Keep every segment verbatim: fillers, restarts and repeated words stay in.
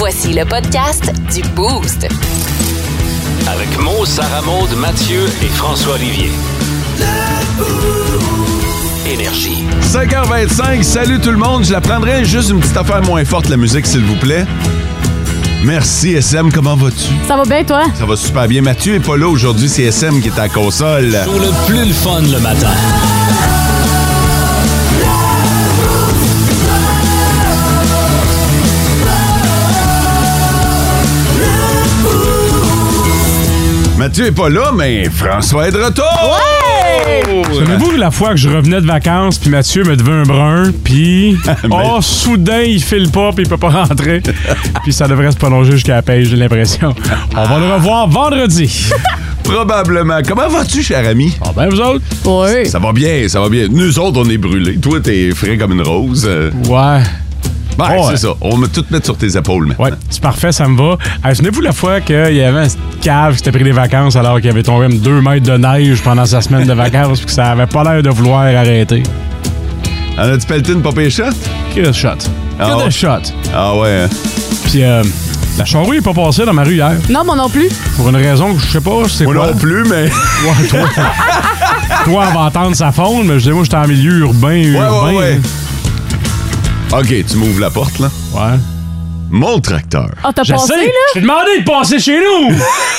Voici le podcast du Boost. Avec Mo, Sarah Maud, Mathieu et François Olivier. Énergie. cinq heures vingt-cinq, salut tout le monde. Je la prendrais juste une petite affaire moins forte, la musique, s'il vous plaît. Merci, S M. Comment vas-tu? Ça va bien, toi? Ça va super bien. Mathieu est pas là aujourd'hui, c'est S M qui est à la console. Pour le plus le fun le matin. Mathieu est pas là, mais François est de retour! Ouais! Savez-vous que la fois que je revenais de vacances, puis Mathieu me devait un brun, puis oh, soudain, il file pas, puis il peut pas rentrer. Puis ça devrait se prolonger jusqu'à la pêche, j'ai l'impression. On va le revoir vendredi. Probablement. Comment vas-tu, cher ami? Ah ben, vous autres? Oui. Ça va bien, ça va bien. Nous autres, on est brûlés. Toi, t'es frais comme une rose. Ouais. Ben, Oh, c'est ouais. ça. On va tout mettre sur tes épaules maintenant. Ouais, c'est parfait, ça me va. Hey, souvenez-vous la fois qu'il y avait un cave qui s'était pris des vacances alors qu'il avait tombé deux mètres de neige pendant sa semaine de vacances puis que ça avait pas l'air de vouloir arrêter. En as-tu pelleté une popée shot? Que de shot. Ah Que ouais. de shot. Ah ouais, hein? Puis euh, la charrue est pas passée dans ma rue hier. Non, moi non plus. Pour une raison que je sais pas, c'est Moi quoi. non plus, mais... Ouais, toi, toi, on va entendre sa fonde, mais je dis, moi, j'étais en milieu urbain, urbain. ouais, ouais. OK, tu m'ouvres la porte, là. Ouais. Mon tracteur. Ah, t'as Je passé, sais, là? je t'ai demandé de passer chez nous!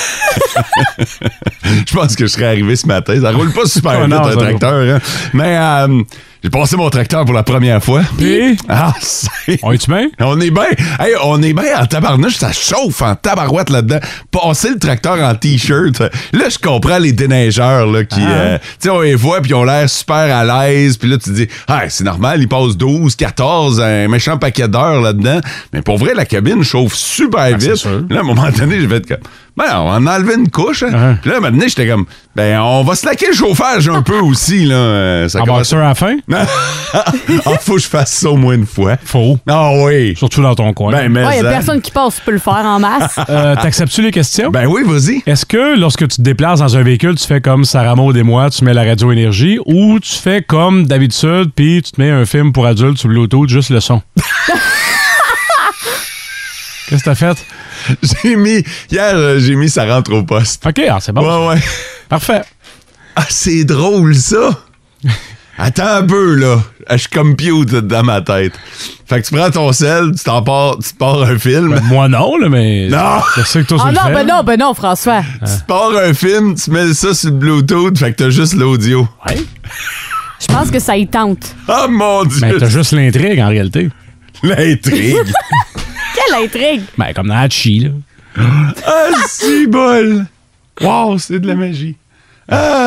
Je pense que je serais arrivé ce matin. Ça roule pas super Oh vite, non, un ça tracteur. Hein. Mais euh, j'ai passé mon tracteur pour la première fois. Puis, Ah, c'est... on est-tu bien? On est bien. Hey, on est bien en tabarnouche. Ça chauffe en tabarouette là-dedans. Passer le tracteur en T-shirt. Là, je comprends les déneigeurs là, qui... Ah. euh, tu sais, on les voit puis ils ont l'air super à l'aise. Puis là, tu te dis, ah, c'est normal, ils passent douze, quatorze, un méchant paquet d'heures là-dedans. Mais pour vrai, la cabine chauffe super vite. c'est sûr. Là, à un moment donné, je vais être comme... Ben, on va en enlever une couche. Hein. Uh-huh. Puis là, maintenant, j'étais comme, ben, on va slacker le chauffage un peu aussi, là. Euh, Ça En commence- boxeur à la fin? Ah, faut que je fasse ça au moins une fois. Faux. Ah oui. Surtout dans ton coin. Ben, mais Ouais, y a ça- personne qui passe, tu peux le faire en masse. Euh, T'acceptes-tu les questions? Ben oui, vas-y. Est-ce que lorsque tu te déplaces dans un véhicule, tu fais comme Sarah Maud et moi, tu mets la radio énergie, ou tu fais comme d'habitude, puis tu te mets un film pour adultes sur Bluetooth, juste le son? Qu'est-ce que t'as fait? J'ai mis... Hier, euh, j'ai mis ça rentre au poste. OK, ah, c'est bon. Ouais, ouais. Parfait. Ah, c'est drôle, ça. Attends un peu, là. Je suis compute dans ma tête. Fait que tu prends ton sel, tu t'en pars, tu te pars un film. Ben, moi non, là, mais... Non! Je sais que toi, tu Ah le non, fais. ben non, ben non, François. Tu te pars un film, tu mets ça sur le Bluetooth, fait que t'as juste l'audio. Ouais. Je pense que ça y tente. Oh mon Dieu! Ben, t'as juste l'intrigue, en réalité. L'intrigue. Quelle intrigue! Ben, comme dans Hachi, là. Ah, si bol! Wow, c'est de la magie. Ah.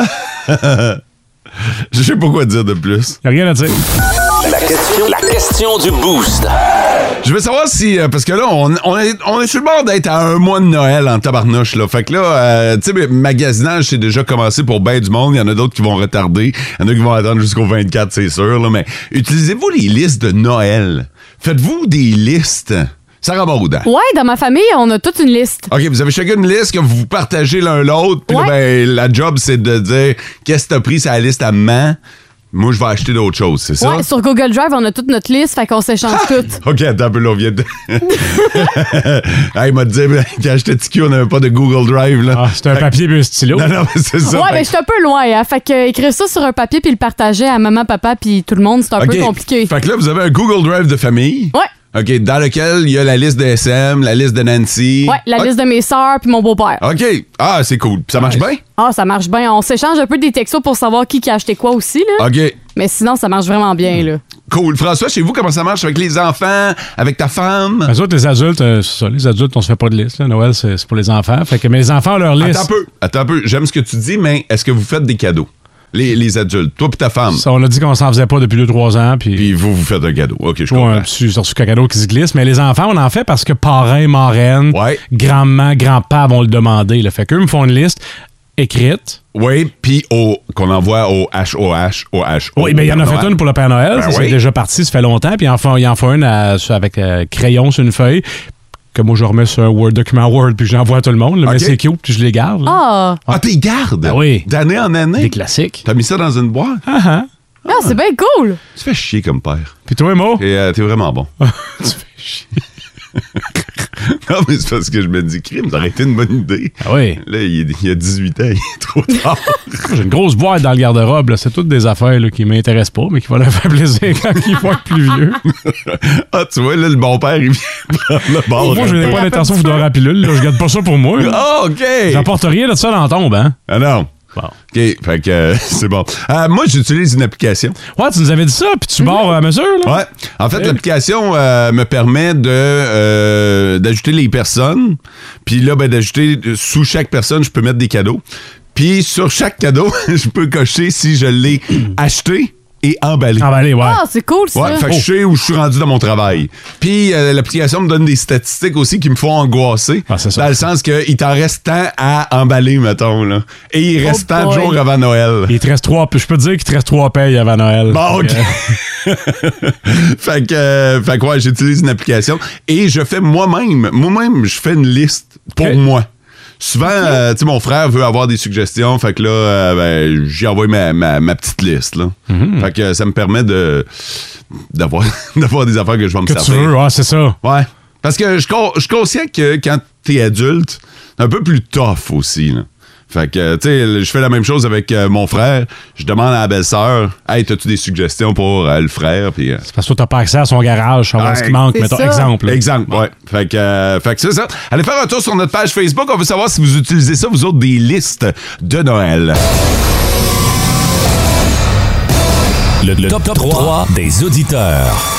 Je sais pas quoi dire de plus. Y'a rien à dire. La question, la question du Boost. Je veux savoir si... euh, parce que là, on, on, est, on est sur le bord d'être à un mois de Noël en tabarnouche, là. Fait que là, euh, tu sais, magasinage, c'est déjà commencé pour ben du monde. Il y en a d'autres qui vont retarder. Il y en a qui vont attendre jusqu'au vingt-quatre, c'est sûr, là. Mais utilisez-vous les listes de Noël? Faites-vous des listes? Sarah Maud. Ouais, dans ma famille, on a toute une liste. OK, vous avez chacun une liste que vous partagez l'un l'autre. Puis là, Ouais. ben, la job, c'est de dire qu'est-ce que t'as pris sur la liste à maman. Moi, je vais acheter d'autres choses, c'est ça? Ouais, sur Google Drive, on a toute notre liste, fait qu'on s'échange toutes. OK, attends un peu, là, on vient de... hey, il m'a dit, ben, quand j'étais T Q, on n'avait pas de Google Drive, là. Ah, c'est un papier et un stylo. Non, non, mais c'est ça. Ouais, fait mais je suis un peu loin, hein. Fait que écrire ça sur un papier puis le partager à maman, papa puis tout le monde, c'est un OK. peu compliqué. Fait que là, vous avez un Google Drive de famille. Ouais. OK, dans lequel il y a la liste de S M, la liste de Nancy. Ouais, la OK. liste de mes sœurs puis mon beau-père. OK. Ah, c'est cool. Puis ça marche bien? Ah, ça marche bien. On s'échange un peu des textos pour savoir qui qui a acheté quoi aussi, là. OK. Mais sinon, ça marche vraiment bien, là. Cool. François, chez vous, comment ça marche avec les enfants, avec ta femme? Les autres, les adultes, euh, c'est ça. Les adultes, on se fait pas de liste. Là. Noël, c'est c'est pour les enfants. Fait que, mais les enfants ont leur liste. Attends un peu. Attends un peu. J'aime ce que tu dis, mais est-ce que vous faites des cadeaux? Les, les adultes. Toi puis ta femme. Ça, on a dit qu'on s'en faisait pas depuis deux trois ans. Puis, Puis vous, vous faites un cadeau. OK, je ouais, comprends. un petit sur ce cadeau qui se glisse. Mais les enfants, on en fait parce que parrain, marraine, Ouais. grand-maman, grand-père vont le demander. Là. Fait qu'eux me font une liste écrite. Oui, puis au, qu'on envoie au H O H, au H O. Oui, mais il y en a fait une pour le Père Noël. Ben ça, oui. c'est déjà parti, ça fait longtemps. Puis il en font, il en font une à- avec euh, crayon sur une feuille. Que moi, je remets sur un Word, document Word, puis j'envoie à tout le monde. là. OK. Mais c'est cute, puis je les garde. là. Ah! Ah, t'es gardes? Ben oui. D'année en année? Des classiques. T'as mis ça dans une boîte? Ah, ah. Ah, c'est bien cool! Tu fais chier comme père. Puis toi, Mo? Et euh, t'es vraiment bon. Tu fais chier. Non, mais c'est parce que je me dis, crime, ça aurait été une bonne idée. Ah oui. Là, il, est- il y a dix-huit ans, il est trop tard. J'ai une grosse boîte dans le garde-robe. là. C'est toutes des affaires là, qui m'intéressent pas, mais qui vont leur faire plaisir quand ils vont être plus vieux. Ah, tu vois, là, le bon-père, il vient prendre le bord. Moi, je n'ai pas l'intention de vous donner la pilule. Là. Je garde pas ça pour moi. là. Ah, OK. J'apporte rien de ça dans la tombe, hein? Ah non. Bon. OK, fait que euh, c'est bon. Euh, moi, j'utilise une application. Ouais, tu nous avais dit ça, puis tu barres à mesure, là? Ouais. En fait, Ouais. l'application euh, me permet de euh, d'ajouter les personnes. Puis là, ben, d'ajouter euh, sous chaque personne, je peux mettre des cadeaux. Puis sur chaque cadeau, je peux cocher si je l'ai acheté et emballé. Ah, ben allez, ouais. Ah, c'est cool, ça. Ouais, fait que je sais où je suis rendu dans mon travail. Puis euh, l'application me donne des statistiques aussi qui me font angoisser. Ah, c'est ça. Dans le sens qu'il t'en reste tant à emballer, mettons. Là. Et il reste Oh tant de boy. jours avant Noël. Il te reste trois, je peux te dire qu'il te reste trois payes avant Noël. Bon, OK. Euh, fait que, euh, fait que ouais, j'utilise une application et je fais moi-même, moi-même, je fais une liste pour OK. moi. Souvent, euh, tu sais, mon frère veut avoir des suggestions, fait que là, euh, ben, j'y envoie ma, ma, ma petite liste, là. Mm-hmm. Fait que ça me permet de d'avoir d'avoir des affaires que je vais me que tu servir. veux, ah, c'est ça. Ouais. Parce que je con- je suis conscient que quand t'es adulte, c'est un peu plus tough aussi, là. Fait que, tu sais, je fais la même chose avec euh, mon frère. Je demande à la belle-sœur, « Hey, t'as-tu des suggestions pour euh, le frère? » Puis, euh, C'est parce que toi, t'as pas accès à son garage, savoir Ouais, ce qui manque, c'est mettons, ça. exemple. là. Exemple, ouais. Fait que, euh, fait que c'est ça. Allez faire un tour sur notre page Facebook. On veut savoir si vous utilisez ça, vous autres, des listes de Noël. Le, le top, trois des auditeurs.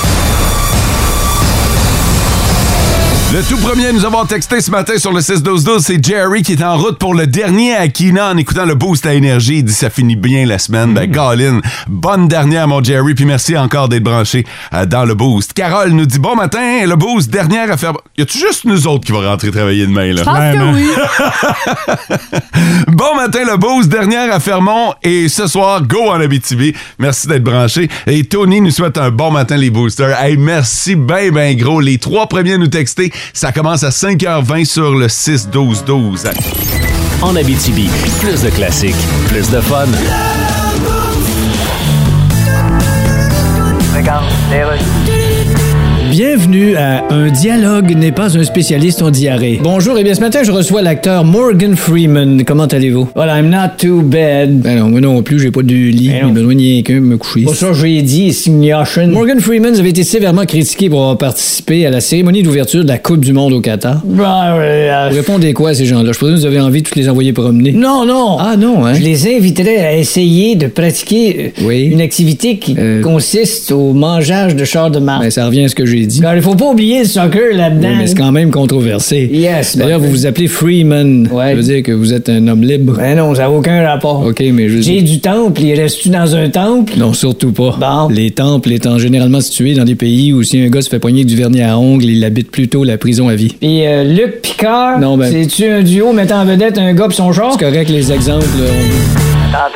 Le tout premier à nous avoir texté ce matin sur le six douze douze, c'est Jerry qui est en route pour le dernier Akina en écoutant le Boost à énergie. Il dit ça finit bien la semaine. Ben, Colin, bonne dernière, mon Jerry, puis merci encore d'être branché euh, dans le Boost. Carole nous dit bon matin, le Boost, dernière à faire. Y a-tu juste nous autres qui va rentrer travailler demain, là? Je pense Ouais, que mais- oui. Bon matin, le Boost, dernière à Fermont. Et ce soir, go en Abitibi. Merci d'être branché. Et Tony nous souhaite un bon matin, les boosters. Hey, merci ben, ben gros. Les trois premiers à nous texter, ça commence à cinq heures vingt sur le six douze douze. En Abitibi, plus de classiques, plus de fun. Bienvenue à Un dialogue n'est pas un spécialiste en diarrhée. Bonjour, et bien ce matin, je reçois l'acteur Morgan Freeman. Comment allez-vous? Well, I'm not too bad. Ben non, moi non plus, j'ai pas de lit, Ben j'ai besoin de rien qu'un pour me coucher. Pour ça, j'ai dit, Signation. Morgan Freeman avait été sévèrement critiqué pour avoir participé à la cérémonie d'ouverture de la Coupe du Monde au Qatar. Ben, euh, Vous répondez quoi à ces gens-là? Je pense que vous avez envie de tous les envoyer promener. non, non. Ah non, hein? Je les inviterais à essayer de pratiquer euh, Oui. une activité qui Euh. consiste au mangeage de chars de marde. Ben, ça revient à ce que j'ai dit. Alors, il faut pas oublier le soccer là-dedans. Oui, mais c'est quand même controversé. Yes. D'ailleurs, ben, vous vous appelez Freeman. Ouais. Ça veut dire que vous êtes un homme libre. Ben non, ça n'a aucun rapport. OK, mais je... J'ai du temple, il reste-tu dans un temple? Non, surtout pas. Bon. Les temples étant généralement situés dans des pays où si un gars se fait poigner avec du vernis à ongles, il habite plutôt la prison à vie. Puis euh, Luc Picard, Non, ben- c'est-tu un duo mettant en vedette un gars pis son char? C'est correct, les exemples. là,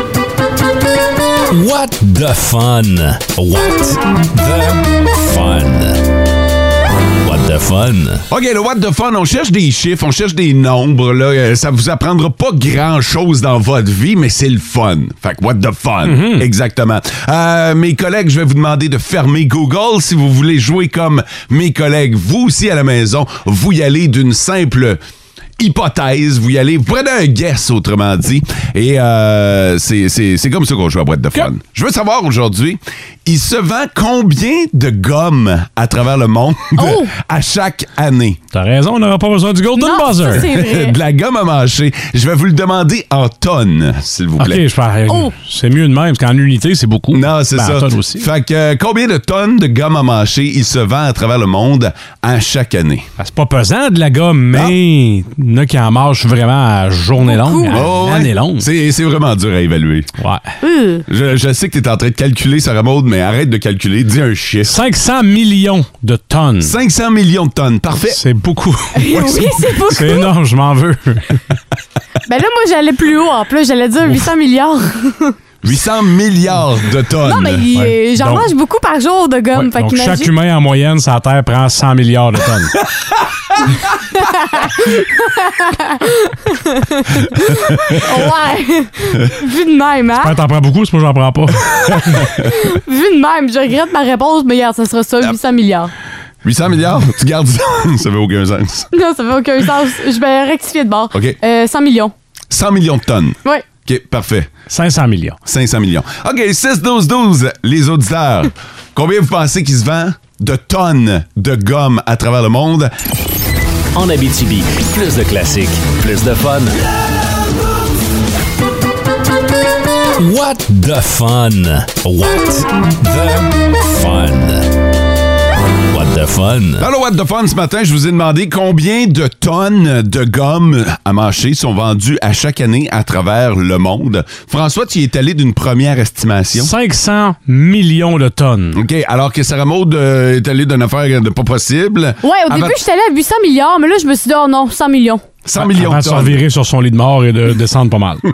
What the fun? What the fun? What the fun? OK, le What the Fun, on cherche des chiffres, on cherche des nombres. Là. Euh, Ça vous apprendra pas grand-chose dans votre vie, mais c'est le fun. Fait que What the Fun, exactement. Euh, mes collègues, je vais vous demander de fermer Google. Si vous voulez jouer comme mes collègues, vous aussi à la maison, vous y allez d'une simple hypothèse, vous y allez, vous prenez un guess, autrement dit, et euh, c'est, c'est, c'est comme ça qu'on joue à What the Fun. Je veux savoir aujourd'hui, il se vend combien de gomme à travers le monde Oh! à chaque année? T'as raison, on n'aura pas besoin du Golden Non, Buzzer. ça, c'est vrai. De la gomme à mâcher. Je vais vous le demander en tonnes, s'il vous OK, plaît. je parle. Oh! C'est mieux de même, parce qu'en unité, c'est beaucoup. Non, c'est Ben, ça. en tonnes aussi. Fait que euh, combien de tonnes de gomme à mâcher il se vend à travers le monde à chaque année? Ah, c'est pas pesant de la gomme, mais il y en a qui en mangent vraiment à journée longue, à Oh, ouais. l'année longue. C'est, c'est vraiment dur à évaluer. Ouais. Euh, Je, je sais que tu es en train de calculer, Sarah Maud, mais arrête de calculer. Dis un chiffre. cinq cents millions de tonnes. cinq cents millions de tonnes. Parfait. C'est beaucoup. oui, c'est beaucoup. C'est énorme, je m'en veux. Ben là, moi, j'allais plus haut. En plus, j'allais dire huit cents milliards. huit cents milliards de tonnes. Non, mais il- Ouais. euh, j'en Donc- mange beaucoup par jour de gomme. Ouais, fait donc, qu'imagine- chaque humain en moyenne sur la Terre prend cent milliards de tonnes. Ouais. Vu de même, hein? Ouais, t'en prends beaucoup, c'est moi j'en prends pas. Vu de même, je regrette ma réponse, mais regarde, ça sera ça, huit cents milliards. huit cents milliards? Tu gardes ça? Ça fait aucun sens. Non, ça fait aucun sens. Je vais rectifier de bord. OK. Euh, cent millions. cent millions de tonnes. Oui. OK, parfait. cinq cents millions. cinq cents millions. OK, six douze douze, les auditeurs. Combien vous pensez qu'il se vend de tonnes de gomme à travers le monde? En Abitibi, plus de classiques, plus de fun. What the fun? What the fun? What the fun? Dans le What the Fun ce matin, je vous ai demandé combien de tonnes de gomme à mâcher sont vendues à chaque année à travers le monde. François, tu y es allé d'une première estimation. cinq cents millions de tonnes. OK, alors que Sarah Maud euh, est allée d'une affaire de pas possible. Ouais, au Avant- début, j'étais allée à huit cents milliards, mais là, je me suis dit, oh non, cent millions. cent millions Avant de de se tonnes. revirer sur son lit de mort et de descendre pas mal.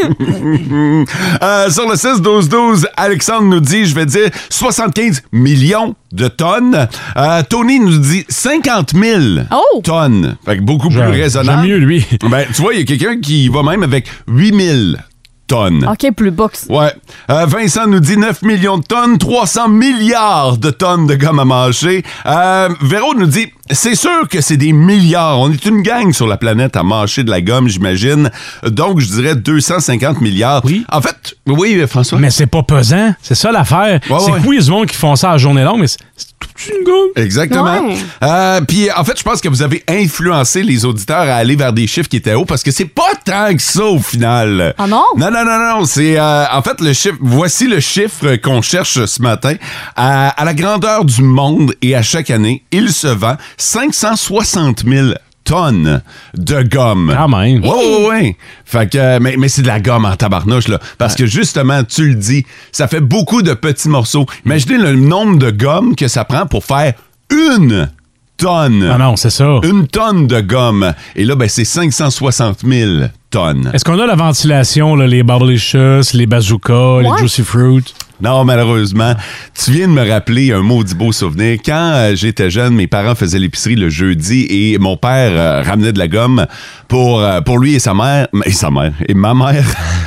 Euh, sur le six douze douze, Alexandre nous dit, je vais dire soixante-quinze millions de tonnes. Euh, Tony nous dit cinquante mille Oh! tonnes. Fait que beaucoup plus J'aime- raisonnable. J'aime mieux lui. Ben, tu vois, il y a quelqu'un qui va même avec huit mille tonnes. OK, plus box. Ouais. Euh, Vincent nous dit neuf millions de tonnes, trois cents milliards de tonnes de gomme à mâcher. Euh, Véro nous dit, c'est sûr que c'est des milliards. On est une gang sur la planète à mâcher de la gomme, j'imagine. Donc, je dirais deux cent cinquante milliards. Oui. En fait, oui, François. Mais c'est pas pesant. C'est ça l'affaire. Ouais, c'est ouais. que oui, il y a du monde qui font ça à journée longue, mais c'est c'est toute une gomme. Exactement. Ouais. Euh, Puis, en fait, je pense que vous avez influencé les auditeurs à aller vers des chiffres qui étaient hauts parce que c'est pas tant que ça au final. Ah non? Non, non, non, non. C'est, euh, en fait, le chiffre. Voici le chiffre qu'on cherche ce matin. À, à la grandeur du monde et à chaque année, il se vend cinq cent soixante mille tonnes de gomme. Quand même. Ouais, ouais, ouais. Fait que, euh, mais, mais c'est de la gomme en tabarnouche, là. Parce que justement, tu le dis, ça fait beaucoup de petits morceaux. Imaginez le nombre de gomme que ça prend pour faire une tonne. Ah non, c'est ça. Une tonne de gomme. Et là, ben, c'est cinq cent soixante mille tonnes. Est-ce qu'on a la ventilation, là, les Bubblicious, les Bazooka, Ouais. les Juicy Fruit? Non, malheureusement. Tu viens de me rappeler un maudit beau souvenir. Quand euh, j'étais jeune, mes parents faisaient l'épicerie le jeudi et mon père euh, ramenait de la gomme pour, euh, pour lui et sa mère. Et sa mère. Et ma mère.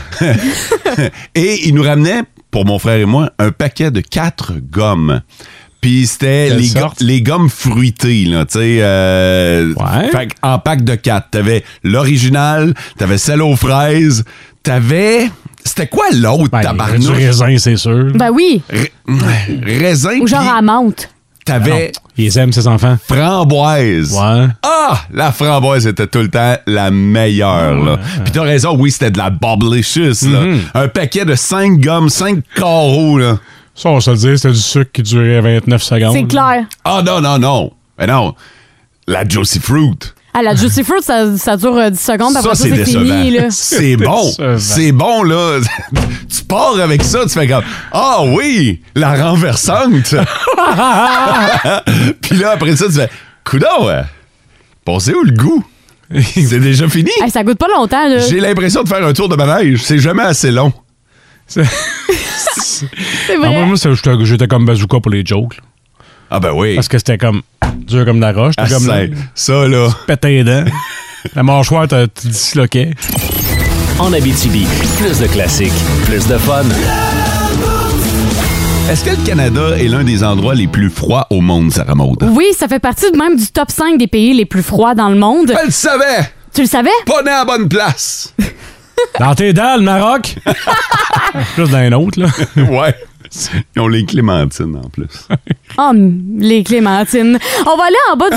Et il nous ramenait, pour mon frère et moi, un paquet de quatre gommes. Puis c'était Quelle les, go- sorte? les gommes fruitées, là, tu sais. Euh, Ouais. fait en pack de quatre. T'avais l'original, t'avais celle aux fraises, t'avais... C'était quoi l'autre, Ben, du tabarnouche? raisin, c'est sûr. Ben oui. Ra- raisin, Ou genre puis à la menthe. t'avais Ils aiment, ces enfants. framboise. Ouais. Ah! La framboise était tout le temps la meilleure, là. Puis t'as raison, oui, c'était de la Bubblicious, là. Mhm. Un paquet de cinq gommes, cinq carreaux, là. Ça, on va se le dire, c'était du sucre qui durait vingt-neuf secondes. C'est clair. Ah non, non, non. Mais non. La Juicy Fruit. Ah, la Juicy Fruit, ça, ça dure euh, dix secondes, après ça, c'est c'est décevant. fini, là. C'est bon. décevant. C'est bon, là. Tu pars avec ça, tu fais comme ah oui, la renversante. Puis là, après ça, tu fais coudonc, ouais. Passez où le goût? C'est déjà fini. Hey, ça goûte pas longtemps, là. J'ai l'impression de faire un tour de manège. C'est jamais assez long. C'est Ah, vrai. moi, moi, c'est- j'étais j'étais comme Bazooka pour les jokes. là. Ah ben oui. Parce que c'était comme dur comme de la roche. Ah, C'était comme c'est- là, ça, là. pétais les dents. La mâchoire, te te disloquait. En Abitibi, plus de classiques, plus de fun. Est-ce que le Canada est l'un des endroits les plus froids au monde, Sarah Maud? Oui, ça fait partie même du top cinq des pays les plus froids dans le monde. Elle le savait! Tu le savais? Pas né à la bonne place! Dans tes dents, le Maroc. Plus d'un autre, là. Ouais. Ils ont les clémentines, en plus. Oh, les clémentines. On va aller en bas du...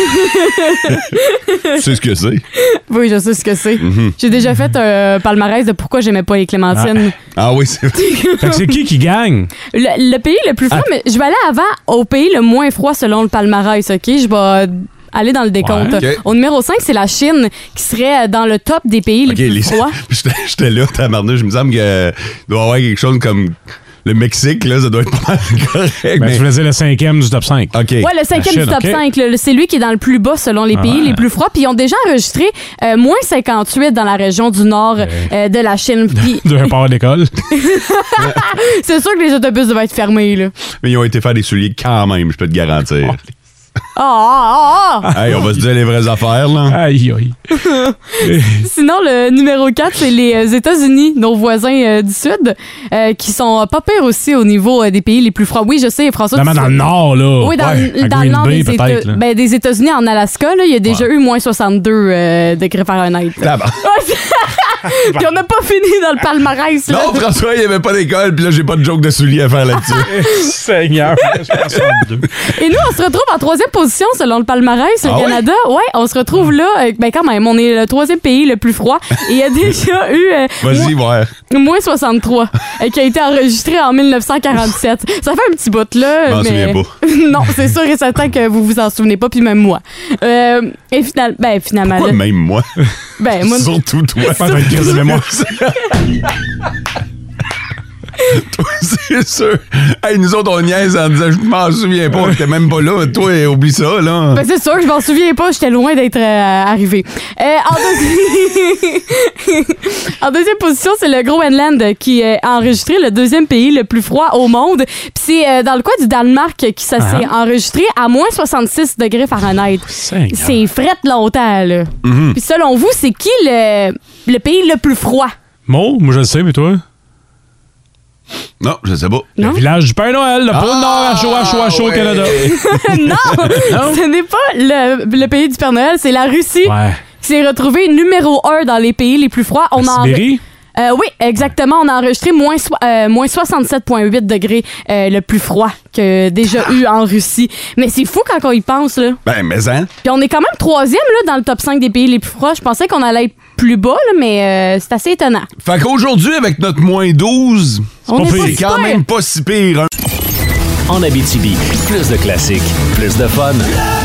Tu sais ce que c'est? Oui, je sais ce que c'est. Mm-hmm. J'ai déjà fait un palmarès de pourquoi j'aimais pas les clémentines. Ah oui, c'est vrai. Fait que c'est qui qui gagne? Le, le pays le plus froid, mais je vais aller avant au pays le moins froid selon le palmarès, OK? Je vais aller dans le décompte. Ouais, ok. Au numéro cinq, c'est la Chine qui serait dans le top des pays OK, les plus les... froids. J'étais j'étais là, tabarnouche. Je me semble qu'il doit y avoir quelque chose comme le Mexique, là, ça doit être pas mal correct. Ben, mais... tu voulais dire le cinquième du top cinq. OK. Ouais, le cinquième La du Chine, top ok. cinq, là, c'est lui qui est dans le plus bas selon les pays ouais. les plus froids. Puis ils ont déjà enregistré euh, moins cinquante-huit dans la région du nord euh, de la Chine. Puis D'un port d'école. c'est sûr que les autobus doivent être fermés, là. Mais ils ont été faire des souliers quand même, je peux te garantir. Ah, ah, Hey, on va se dire les vraies affaires, là. Aïe, aïe. Sinon, le numéro quatre, c'est les euh, États-Unis, nos voisins euh, du Sud, euh, qui sont pas pires aussi au niveau euh, des pays les plus froids. Oui, je sais, François. Vraiment tu dans sais- le nord, là. Oui, dans, Ouais, à dans le Green nord Bay, des, peut-être, Éta- là. ben, des États-Unis, en Alaska, là, il y a déjà eu moins soixante-deux euh, degrés Fahrenheit. Tabarnak. Puis on n'a pas fini dans le palmarès. Là. Non, François, il n'y avait pas d'école, puis là, j'ai pas de joke de souliers à faire là-dessus. Seigneur, soixante-deux. Et nous, on se retrouve en troisième position selon le palmarès, le Ah ouais? Canada. Ouais, on se retrouve là. euh, Ben quand même, on est le troisième pays le plus froid. Et il y a déjà eu euh, Vas-y, voir. moins, moins soixante-trois euh, qui a été enregistré en mille neuf cent quarante-sept. Ça fait un petit bout là. Je m'en mais... souviens pas. non, c'est sûr et certain que vous vous en souvenez pas, puis même moi. Euh, et final... ben, finalement, Pourquoi là, même moi? ben, moi, Surtout toi. Pas de crise de mémoire. Toi, c'est sûr. Hey, nous autres, on niaise en disant, je m'en souviens pas, j'étais même pas là. Toi, oublie ça, là. ben, c'est sûr, je m'en souviens pas, j'étais loin d'être euh, arrivé. Euh, en, deuxi- en deuxième position, c'est le Groenland qui a enregistré le deuxième pays le plus froid au monde. Puis c'est euh, dans le coin du Danemark que ça Ah. s'est enregistré à moins soixante-six degrés Fahrenheit. Seigneur. C'est frette longtemps, là. Mhm. Puis selon vous, c'est qui le, le pays le plus froid? Mo, moi je le sais, mais toi? Non, je sais pas. Non? Le village du Père Noël, le pôle Nord à chaud, à chaud, à chaud au ouais. Canada. non, ce n'est pas le, le pays du Père Noël, c'est la Russie Ouais. qui s'est retrouvé numéro un dans les pays les plus froids. On La en- Sibérie? Euh, oui, exactement. On a enregistré moins, so- euh, moins soixante-sept virgule huit degrés, euh, le plus froid que déjà eu en Russie. Mais c'est fou quand on y pense, là. Ben, mais hein. Puis on est quand même troisième là, dans le top cinq des pays les plus froids. Je pensais qu'on allait être plus bas, là, mais euh, c'est assez étonnant. Fait qu'aujourd'hui, avec notre moins douze, On est pas c'est si quand pire. même pas si pire. hein. En Abitibi, plus de classiques, plus de fun.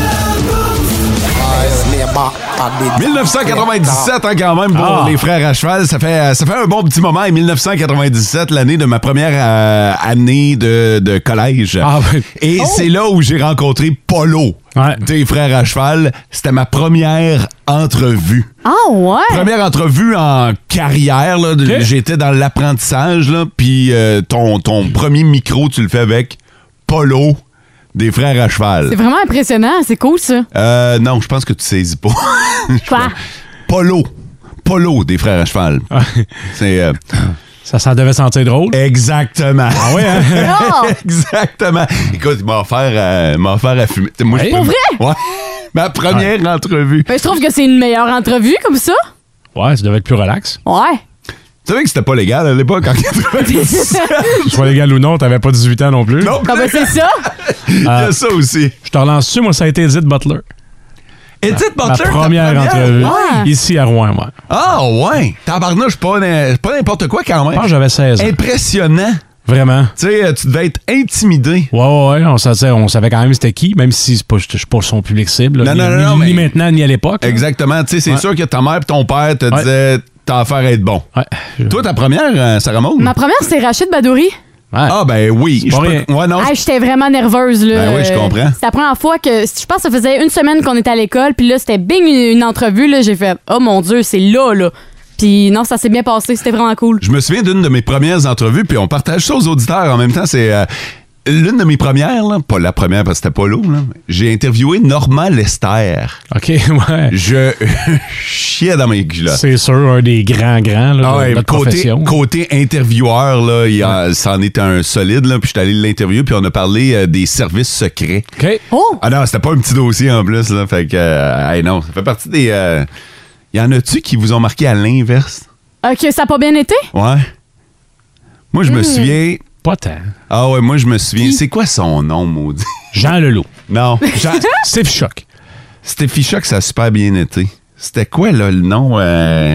dix-neuf cent quatre-vingt-dix-sept, hein, quand même, pour Ah. les frères à cheval. Ça fait, ça fait un bon petit moment. Et dix-neuf cent quatre-vingt-dix-sept, l'année de ma première euh, année de, de collège. Ah, ouais. Et c'est là où j'ai rencontré Polo, Ouais. des frères à cheval. C'était ma première entrevue. Ah ouais? Première entrevue en carrière. Là. Ok. J'étais dans l'apprentissage. là, Puis euh, ton, ton premier micro, tu le fais avec Polo, des frères à cheval. C'est vraiment impressionnant. C'est cool, ça. Euh, non, je pense que tu saisis pas. Quoi? Polo. Polo des frères à cheval. C'est euh, Ça, ça devait sentir drôle. exactement. Ah ouais, hein? Oh! Exactement. Écoute, il m'a offert, euh, il m'a offert à fumer. Moi, je Hey. peux- Pour vrai? Ouais. Ma première entrevue. Ben, je trouve que c'est une meilleure entrevue comme ça. Ouais, ça devait être plus relax. Ouais. Tu savais que c'était pas légal à l'époque en quatre-vingt-dix-sept? Soit légal ou non, t'avais pas dix-huit ans non plus. Non, Ah ben, c'est ça. il y a ça aussi. Je te relance dessus, moi, ça a été Edith Butler. Edith Ma Butler, ta première entrevue. Ouais. Ici à Rouen, moi. Ah ouais. Tabarnouche, pas, n'im- pas n'importe quoi quand Je même. pense que j'avais seize ans. Impressionnant. Vraiment. Tu sais, euh, tu devais être intimidé. Ouais, ouais, ouais. On, savait, on savait quand même c'était qui, même si c'est pas, je suis pas son public cible. là, Non, ni, non, non, ni- non, ni mais- maintenant, ni à l'époque. là. Exactement. Tu sais, c'est Ouais. sûr que ta mère et ton père te Ouais. disaient t'as affaire à être bon. Ouais. Je- Toi, ta première, euh, Sarah Maud? Ma première, c'est Rachid Badouri. Ouais. Ah, ben oui. C'est pas Je rien. peux- Ouais, non. Ah, j'étais vraiment nerveuse, là. Ben oui, je comprends. C'est la première fois que. Je pense que ça faisait une semaine qu'on était à l'école, puis là, c'était bing une, une entrevue, là. J'ai fait, oh mon Dieu, c'est là, là. Puis non, ça s'est bien passé, c'était vraiment cool. Je me souviens d'une de mes premières entrevues, puis on partage ça aux auditeurs en même temps. C'est euh, l'une de mes premières, là, pas la première parce que c'était pas l'eau. là. J'ai interviewé Normand Lester. OK, ouais. Je chiais dans mes culottes. C'est sûr, un des grands, grands là, Ah de ouais, notre côté, profession. côté intervieweur, là, il y a- ça en était un solide, là, puis je suis allé l'interviewer, puis on a parlé euh, des services secrets. OK. Oh! Ah non, c'était pas un petit dossier en plus, là, fait que, euh, hey, non, ça fait partie des... euh, y en a-tu qui vous ont marqué à l'inverse? Ok, ça a pas bien été? Ouais. Moi, je me Hmm. souviens... Pas tant. Ah ouais, moi, je me souviens... C'est quoi son nom, maudit? Jean Leloup. Non. Jean... Steve Choc. Steffi Choc, ça a super bien été. C'était quoi, là, le nom? Euh...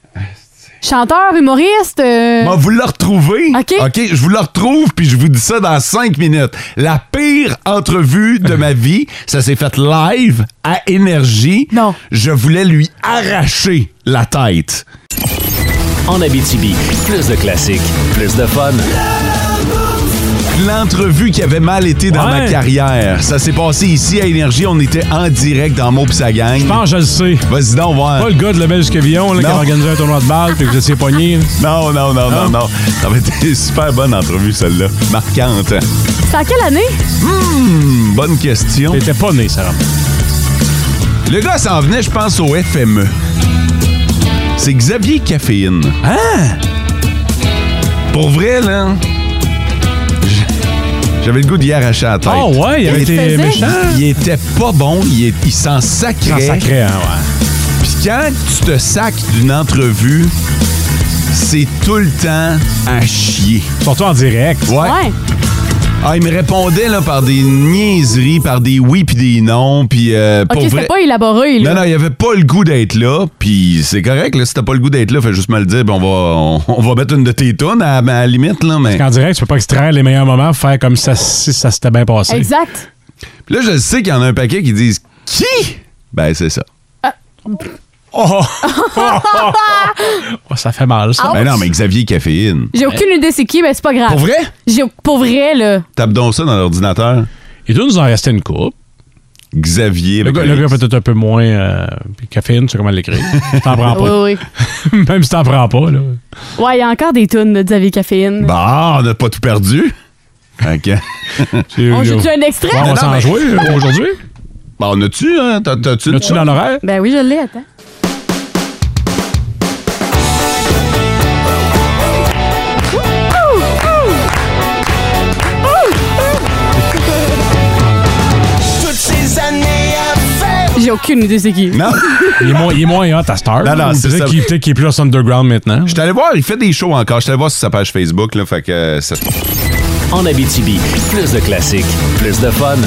Chanteur, humoriste. euh, Bon, vous le retrouvez. OK. OK, je vous le retrouve, puis je vous dis ça dans cinq minutes. La pire entrevue de ma vie, ça s'est fait live à Énergie. Non. Je voulais lui arracher la tête. En Abitibi, plus de classiques, plus de fun. L'entrevue qui avait mal été dans Ouais. ma carrière. Ça s'est passé ici à Énergie. On était en direct dans Mo pis sa gang. Je pense, je le sais. Vas-y donc voir. Pas le gars de la Belge Cavillon là, qui Non. a organisé un tournoi de balle puis que vous étiez pogné. là. Non, non, non, non, non. Ça avait été une super bonne entrevue, celle-là. Marquante. C'était en quelle année? Hmm, bonne question. T'étais pas né, Sarah. Le gars s'en venait, je pense, au F M E. C'est Xavier Caféine. Ah! Pour vrai, là, j'avais le goût d'y arracher la tête. Oh ouais, il avait été méchant. Il était pas bon, il, est, il s'en sacrait. Il s'en sacrait, hein, ouais. Puis quand tu te sacs d'une entrevue, c'est tout le temps à chier. Surtout en direct. Ouais. Ouais. Ah, il me répondait là, par des niaiseries, par des oui puis des non. Puis euh, pour OK, vrai... c'était pas élaboré, là. Non, non, il avait pas le goût d'être là. Puis c'est correct, là, si t'as pas le goût d'être là, fais juste me le dire. Puis on va, on, on va mettre une de tes tunes à, à la limite. Là, mais... Parce qu'en direct, tu peux pas extraire les meilleurs moments, faire comme ça, si ça s'était bien passé. Exact. Puis là, je sais qu'il y en a un paquet qui disent « Qui? » Ben, c'est ça. Oh! Oh, ça fait mal, ça. Ben non, mais Xavier Caféine. J'ai aucune idée c'est qui, mais c'est pas grave. Pour vrai? J'ai, pour vrai, là. Tape donc ça dans l'ordinateur. Il doit nous en rester une coupe. Xavier. Le gars, le gars peut-être un peu moins euh, caféine, tu sais comment l'écrire. Tu t'en prends pas. Oui, oui. Même si t'en prends pas, là. Ouais, il y a encore des tunes de Xavier Caféine. Bah, on n'a pas tout perdu. OK. On joue-tu un extrait? Bon, on va Non, s'en mais- jouer euh, aujourd'hui. Bah, on a-tu, hein? T'as- T'as-tu? L'as-tu dans l'horaire? Ben oui, je l'ai, attends. J'ai aucune idée c'est qui. Non. Il est moins, il est moins hot à Star. Non, non, c'est Peut-être ça. qu'il, peut-être qu'il est plus underground maintenant. Je suis allé voir, il fait des shows encore. Je suis allé voir sur sa page Facebook, là, fait que euh, ça... En Abitibi, plus de classiques, plus de fun.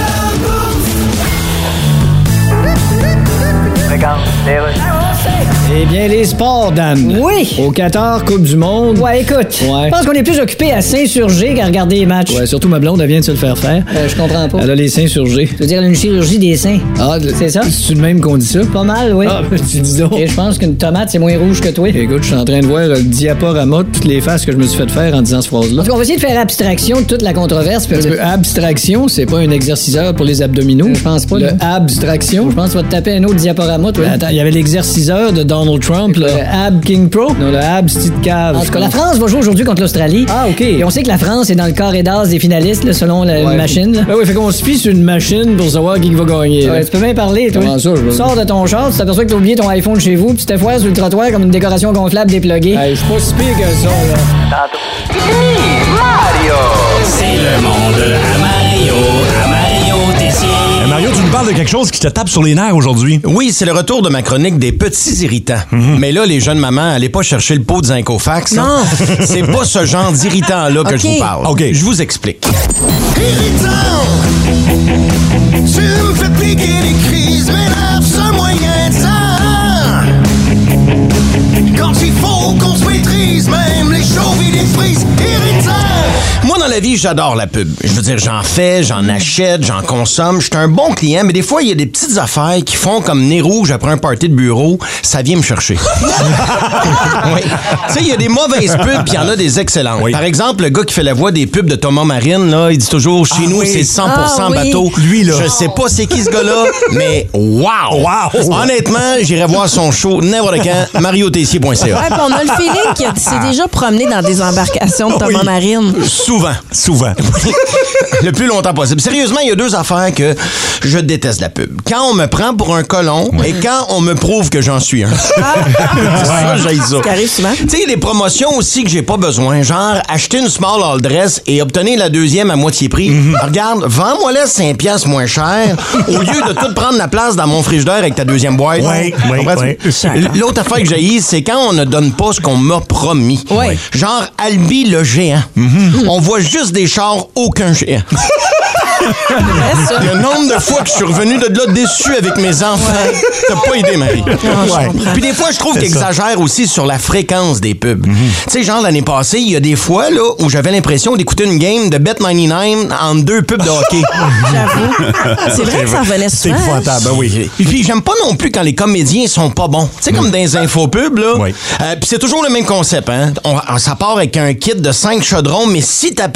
Eh bien, les sports, Dan. Oui. Au Qatar, Coupe du Monde. Ouais, écoute. Ouais. Je pense qu'on est plus occupé à s'insurger qu'à regarder les matchs. Ouais, surtout ma blonde, elle vient de se le faire faire. Euh, je comprends pas. Elle a les seins surgés. Tu veux dire une chirurgie des seins? Ah, de- C'est ça? C'est de même qu'on dit ça? Pas mal, oui. Ah, ben, tu dis donc. Et je pense qu'une tomate, c'est moins rouge que toi. Écoute, je suis en train de voir le diaporama de toutes les faces que je me suis fait faire en disant cette phrase-là. En tout cas, on va essayer de faire abstraction de toute la controverse. Puis Parce que abstraction, c'est pas un exerciceur pour les abdominaux. Je pense pas, Le là. abstraction. Je pense que tu vas te taper un autre diaporama, toi. Attends, il y avait l'exerciceur de Donald Trump, le Ab King Pro. Non, le Ab Steve Cave. En tout cas, la France va jouer aujourd'hui contre l'Australie. Ah, OK. Et on sait que la France est dans le carré d'as des finalistes, là, selon la Ouais. machine. Là. Ben oui, fait qu'on se fie sur une machine pour savoir qui va gagner. là. Ouais, tu peux bien parler, toi. Comment ça, je veux- Tu sors de ton char, tu t'aperçois que t'as oublié ton iPhone chez vous, puis tu te foires sur le trottoir comme une décoration gonflable dépluguée. Hey, je suis pas si pire que ça, là. C'est le monde à Mario, à Mario Tessier. Mario, tu nous parles de quelque chose qui te tape sur les nerfs aujourd'hui. Oui, c'est le retour de ma chronique des petits irritants. Mais là, les jeunes mamans, allez pas chercher le pot de Zincofax. hein. Non. C'est pas ce genre d'irritant-là que OK. je vous parle. OK. Je vous explique. Irritant, tu me fais piquer les crises, m'énerve ce moyen de temps. Quand il faut qu'on se maîtrise, même les chauves et les frises, irritant. Moi, dans la vie, j'adore la pub. Je veux dire, j'en fais, j'en achète, j'en consomme. Je suis un bon client, mais des fois, il y a des petites affaires qui font comme nez rouge après un party de bureau. Ça vient me chercher. Oui. Tu sais, il y a des mauvaises pubs, puis il y en a des excellentes. Oui. Par exemple, le gars qui fait la voix des pubs de Thomas Marine, là, il dit toujours, chez Ah nous, oui. c'est cent pour cent Ah oui. bateau. Lui, là. Je sais pas c'est qui ce gars-là, mais wow! Wow! Honnêtement, j'irai voir son show n'importe quand, mario tessier point c a. Ouais, puis on a le feeling qu'il s'est déjà promené dans des embarcations de Thomas Oui. Marine. Souvent. Souvent. Le plus longtemps possible. Sérieusement, il y a deux affaires que je déteste la pub. Quand on me prend pour un colon et quand on me prouve que j'en suis un. C'est ça, j'haïs ça. Ce qui arrive souvent. Tu sais, il y a des promotions aussi que j'ai pas besoin. Genre, acheter une small all dress et obtenir la deuxième à moitié prix. Regarde, vends-moi-la cinq piastres moins cher au lieu de tout prendre la place dans mon frigidaire avec ta deuxième boîte. Oui, oui, Comprends-tu? oui. L'autre affaire que j'haïs, c'est quand on ne donne pas ce qu'on m'a promis. Oui. Genre, Albi le géant. On voit juste des chars, aucun géant. Le nombre de fois que je suis revenu de là déçu avec mes enfants, t'as pas idée, Marie. je comprends. Puis des fois, je trouve C'est qu'ils ça. exagèrent aussi sur la fréquence des pubs. Tu sais, genre l'année passée, il y a des fois là où j'avais l'impression d'écouter une game de Bet quatre-vingt-dix-neuf entre deux pubs de hockey. J'avoue. C'est vrai que ça revenait C'est souvent. épouvantable, ben oui. Et puis, j'aime pas non plus quand les comédiens sont pas bons. Tu sais, comme dans les infopubs, là. Oui. Euh, puis c'est toujours le même concept, hein. On, ça part avec un kit de cinq chaudrons, mais si t'appelles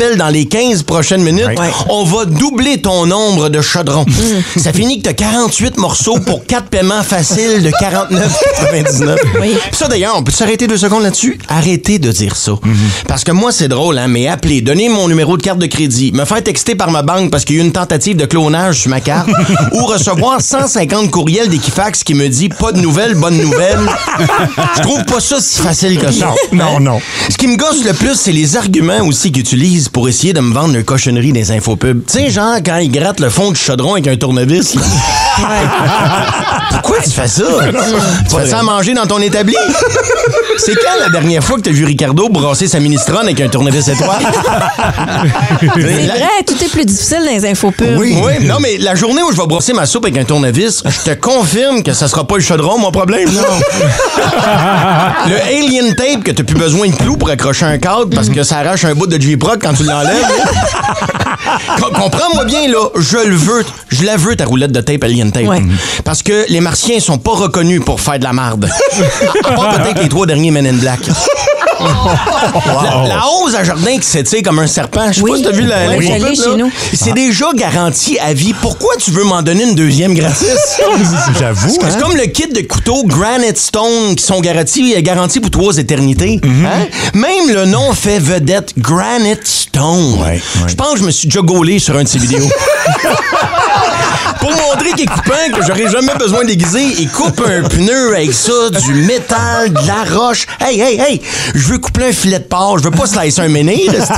t'appelle dans les quinze prochaines minutes, ouais. on va doubler ton nombre de chaudrons. Mm. Ça finit que t'as quarante-huit morceaux pour quatre paiements faciles de quarante-neuf quatre-vingt-dix-neuf. Oui. Ça, d'ailleurs, on peut s'arrêter deux secondes là-dessus? Arrêtez de dire ça. Mm-hmm. Parce que moi, c'est drôle, hein, mais appelez, donnez mon numéro de carte de crédit, me faire texter par ma banque parce qu'il y a eu une tentative de clonage sur ma carte, ou recevoir cent cinquante courriels d'Equifax qui me dit « pas de nouvelles, bonne nouvelle ». Je trouve pas ça si facile que ça. Non, non, non. Ce qui me gosse le plus, c'est les arguments aussi qu'ils utilisent pour essayer de me vendre une cochonnerie des infopubs. Tu sais, genre, quand ils grattent le fond du chaudron avec un tournevis. Pourquoi tu fais ça? Tu fais ça à manger dans ton établi? C'est quand la dernière fois que t'as vu Ricardo brasser sa minestrone avec un tournevis étoile? C'est vrai, tout est plus difficile dans les infopubs. Oui. oui, non, mais la journée où je vais brosser ma soupe avec un tournevis, je te confirme que ça sera pas le chaudron, mon problème. Non. Le alien tape que t'as plus besoin de clous pour accrocher un cadre parce que ça arrache un bout de J-Proc quand tu l'enlèves. Comprends-moi bien, là, je le veux, je la veux ta roulette de tape alien tape. Ouais. Parce que les Martiens sont pas reconnus pour faire de la marde. À part peut-être les trois derniers Men in Black. Wow. La, la hausse à jardin qui s'étire comme un serpent. Je sais oui. pas si t'as vu la, oui, la oui, chez nous. C'est ah. déjà garanti à vie. Pourquoi tu veux m'en donner une deuxième gratis? J'avoue. C'est, hein? c'est comme le kit de couteaux Granite Stone qui sont garantis, garantis pour trois éternités. Mm-hmm. Hein? Même le nom fait vedette Granite Stone. Ouais, ouais. Je pense que je me suis déjà gaulé sur un de ces vidéos. Pour montrer qu'il est coupant, que j'aurais jamais besoin d'aiguiser, il coupe un pneu avec ça, du métal, de la roche. Hey, hey, hey! Je veux couper un filet de porc, je veux pas slicer un menhir.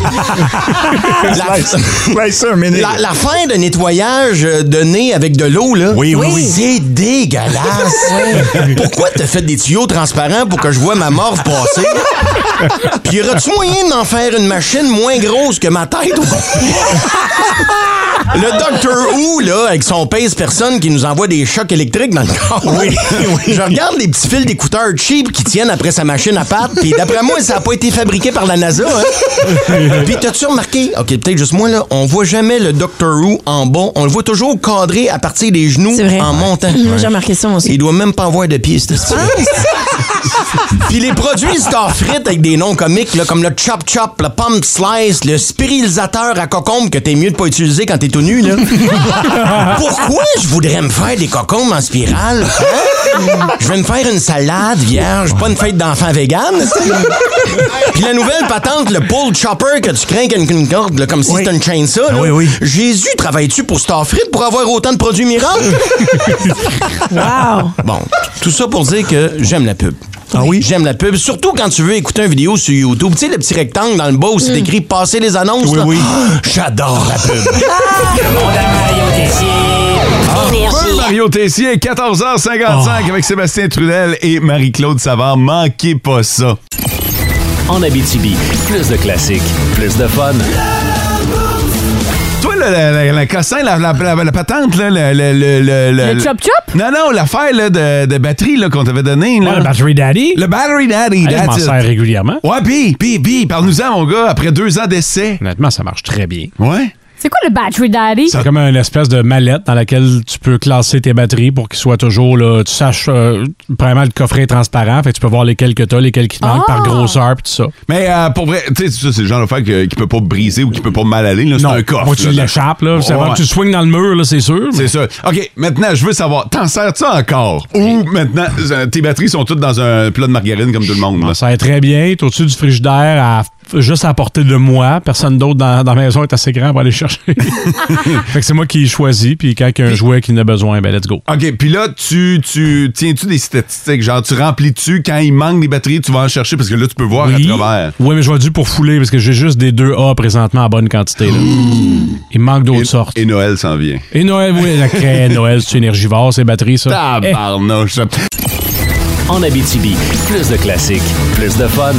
Slicer un menhir. La, la fin de nettoyage de nez avec de l'eau, là. Oui, oui, oui. C'est dégueulasse. Pourquoi t'as fait des tuyaux transparents pour que je vois ma morve passer? Puis y aurait-tu moyen d'en faire une machine moins grosse que ma tête? Le Docteur Who, là, avec son pèse-personne qui nous envoie des chocs électriques dans le corps. Oui, oui. Je regarde les petits fils d'écouteurs cheap qui tiennent après sa machine à pattes, puis d'après moi, ça n'a pas été fabriqué par la NASA, hein? Puis t'as-tu remarqué, OK, peut-être juste moi, là, on voit jamais le Docteur Who en bas, on le voit toujours cadré à partir des genoux en montant. Moi, j'ai remarqué ça, moi aussi. Il doit même pas avoir de pieds, c'est ça. Puis les produits Starfrit avec des noms comiques, là, comme le Chop Chop, le Pump Slice, le stérilisateur à cocombe que t'es mieux de pas utiliser quand t'es tout nu, là. Pourquoi je voudrais me faire des cocombes en spirale? Hein? Je vais me faire une salade vierge, pas une fête d'enfant vegan. Puis la nouvelle patente, le pull chopper que tu crains qu'une une corde, là, comme si oui. c'était une chainsaw. Là. Oui, oui. Jésus, travailles-tu pour Starfrit pour avoir autant de produits miracles? Wow! Bon, tout ça pour dire que j'aime la pub. Ah oui? J'aime la pub. Surtout quand tu veux écouter une vidéo sur YouTube. Tu sais, le petit rectangle dans le bas où c'est écrit « Passer les annonces ». Oui, là. oui. J'adore la pub. Le monde à Mario Tessier. Énergie. Mario Tessier, quatorze heures cinquante-cinq oh. avec Sébastien Trudel et Marie-Claude Savard. Manquez pas ça. En Abitibi, plus de classiques, plus de fun. Toi, le, le, le cossin, la, la, la, la patente, là, le... Le, le, le, le chop-chop? Non, non, l'affaire là, de, de batterie là, qu'on t'avait donné. Là. Ouais, le Battery Daddy? Le Battery Daddy, hey, je m'en sers régulièrement. Ouais, pis, pis, pis, parle-nous-en, mon gars, après deux ans d'essai. Honnêtement, ça marche très bien. Ouais? C'est quoi le Battery Daddy? C'est comme une espèce de mallette dans laquelle tu peux classer tes batteries pour qu'ils soient toujours, là, tu saches, euh, premièrement, le coffret est transparent, fait que tu peux voir lesquels que t'as, lesquels qui te manquent, oh. par grosseur, pis tout ça. Mais euh, pour vrai, tu sais, ça, c'est le genre d'affaire qui, qui peut pas briser ou qui peut pas mal aller, là, c'est non, un coffre. Moi, tu l'échappes, là, c'est avant que tu swings dans le mur, là, c'est sûr. C'est ça. OK, maintenant, je veux savoir, t'en sers-tu encore? Ou maintenant, tes batteries sont toutes dans un plat de margarine comme tout le monde? Ça sert très bien, t'es au-dessus du frigidaire, à, juste à portée de moi. Personne d'autre dans, dans la maison est assez grand pour aller chercher. Fait que c'est moi qui choisis, puis quand il y a un jouet qui en a besoin, ben let's go. OK, puis là, tu, tu tiens-tu des statistiques? Genre, tu remplis-tu quand il manque des batteries, tu vas en chercher parce que là, tu peux voir oui. à travers. Oui, mais je vais dû pour fouler parce que j'ai juste des deux A présentement en bonne quantité. Là. Mmh. Il me manque d'autres et, sortes. Et Noël s'en vient. Et Noël, oui, la crée, Noël, c'est énergivore, ces batteries, ça. Tabarnouche. Eh. En Abitibi, plus de classiques, plus de fun.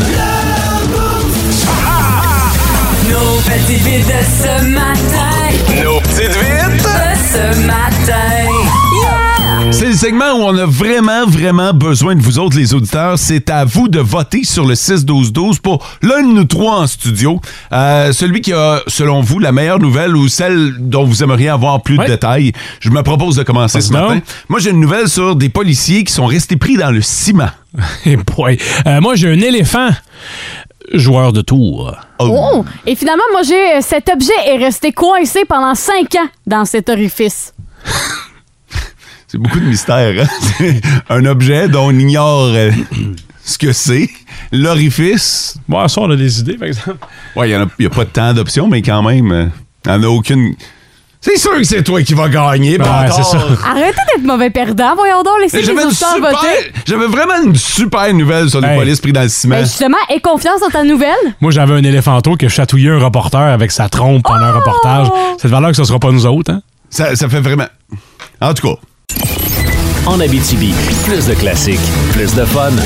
Nos petites vites de ce matin. Nos petites vites de ce matin. Yeah! C'est le segment où on a vraiment, vraiment besoin de vous autres, les auditeurs. C'est à vous de voter sur le six douze douze pour l'un de nous trois en studio. Euh, celui qui a, selon vous, la meilleure nouvelle ou celle dont vous aimeriez avoir plus ouais. de détails. Je me propose de commencer ce matin. Moi, j'ai une nouvelle sur des policiers qui sont restés pris dans le ciment. Et boy. Euh, moi, j'ai un éléphant. joueur de tour. Oh! Et finalement, moi, j'ai cet objet est resté coincé pendant cinq ans dans cet orifice. C'est beaucoup de mystère, hein? C'est un objet dont on ignore euh, ce que c'est. L'orifice. Bon, ça, on a des idées, par exemple. Ouais, il n'y a, a pas tant d'options, mais quand même, euh, il n'y en a aucune. C'est sûr que c'est toi qui vas gagner. Ouais, c'est ça. Arrêtez d'être mauvais perdant, voyons donc, laissez les auditeurs voter. J'avais vraiment une super nouvelle sur les Hey. polices pris dans le ciment. Ben justement, aie confiance dans ta nouvelle. Moi, j'avais un éléphanto qui a chatouillé un reporter avec sa trompe pendant un reportage. C'est de valeur que ce sera pas nous autres, hein? Ça, ça fait vraiment... En tout cas... En Abitibi, plus de classiques, plus de fun.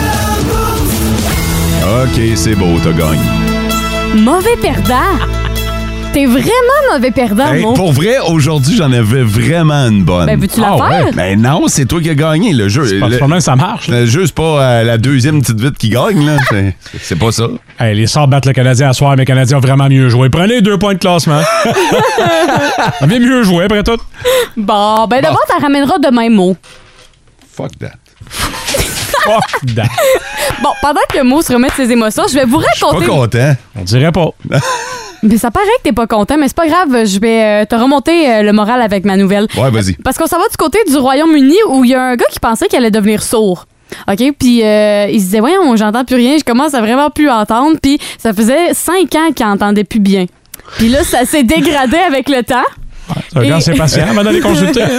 OK, c'est beau, t'as gagné. Mauvais perdant. T'es vraiment mauvais perdant, Hey, Mo. pour vrai, aujourd'hui, j'en avais vraiment une bonne. Ben, veux-tu la Ah, faire? ouais. Ben non, c'est toi qui as gagné, le jeu. C'est pas Le, le ça marche. le jeu, c'est pas euh, la deuxième petite vite qui gagne, là. C'est, c'est pas ça. Hey, les Sabres battent le Canadien à soir, mais les Canadiens ont vraiment mieux joué. Prenez deux points de classement. On bien mieux joué, après tout. Bon, ben d'abord, ça ramènera demain, Mo. Fuck that. Fuck that. Bon, pendant que Mo se remet de ses émotions, je vais vous Pas raconter... content. On dirait pas. Mais ça paraît que t'es pas content, mais c'est pas grave, je vais euh, te remonter euh, le moral avec ma nouvelle. Ouais, vas-y. Parce qu'on s'en va du côté du Royaume-Uni où il y a un gars qui pensait qu'il allait devenir sourd. OK? Puis euh, il se disait, voyons, j'entends plus rien, je commence à vraiment plus entendre. Puis ça faisait cinq ans qu'il entendait plus bien. Puis là, ça s'est dégradé avec le temps. C'est un Et- gars assez patient, m'a donné consulter. Hein?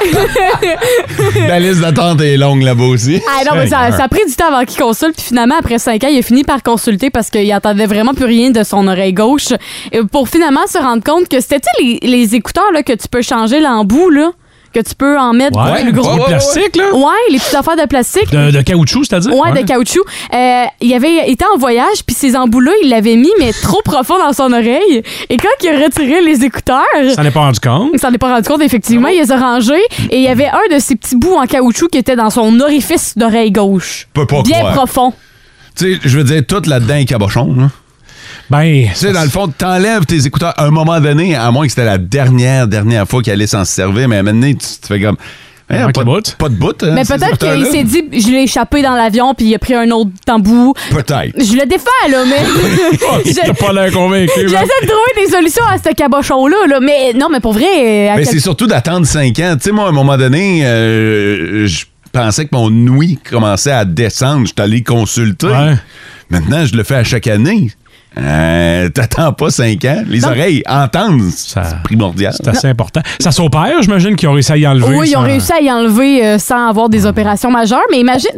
La liste d'attente est longue là-bas aussi. Ah non, mais ça, ça a pris du temps avant qu'il consulte. Puis finalement, après cinq ans, il a fini par consulter parce qu'il entendait vraiment plus rien de son oreille gauche. Et pour finalement se rendre compte que c'était, tu sais, les, les écouteurs là, que tu peux changer l'embout, là, que tu peux en mettre Ouais, plus gros. du plastique, là. Ouais, les petites affaires de plastique. De, de caoutchouc, c'est-à-dire? Ouais, de caoutchouc. Euh, il avait été en voyage, puis ces embouts-là, il l'avait mis, mais trop profond dans son oreille. Et quand il a retiré les écouteurs... Ça n'est pas rendu compte. Il s'en est pas rendu compte, effectivement. Il les a rangés. Et il y avait un de ces petits bouts en caoutchouc qui était dans son orifice d'oreille gauche. Peux pas Bien croire. profond. Tu sais, je veux dire, tout là-dedans est cabochon, là. Ben, tu sais, dans le fond, t'enlèves tes écouteurs à un moment donné, à moins que c'était la dernière, dernière fois qu'il allait s'en servir, mais maintenant, tu te fais comme... Hey, pas, de, pas de bout, hein, Mais ces peut-être qu'il écouteurs-là. s'est dit, je l'ai échappé dans l'avion, puis il a pris un autre tambour. Peut-être. Je le défais, là, mais. T'as pas l'air convaincu. J'essaie de trouver des solutions à ce cabochon-là, là. Mais non, mais pour vrai. à Mais quel- c'est surtout d'attendre cinq ans. Tu sais, moi, à un moment donné, euh, je pensais que mon ouïe commençait à descendre. J'étais allé consulter. Maintenant, je le fais à chaque année. Euh, T'attends pas cinq ans. Les Non. oreilles entendent, c'est primordial. C'est assez important. Ça s'opère, j'imagine qu'ils ont réussi à y enlever. Oui, ils ont sans- réussi à y enlever euh, sans avoir des opérations majeures, mais imagine.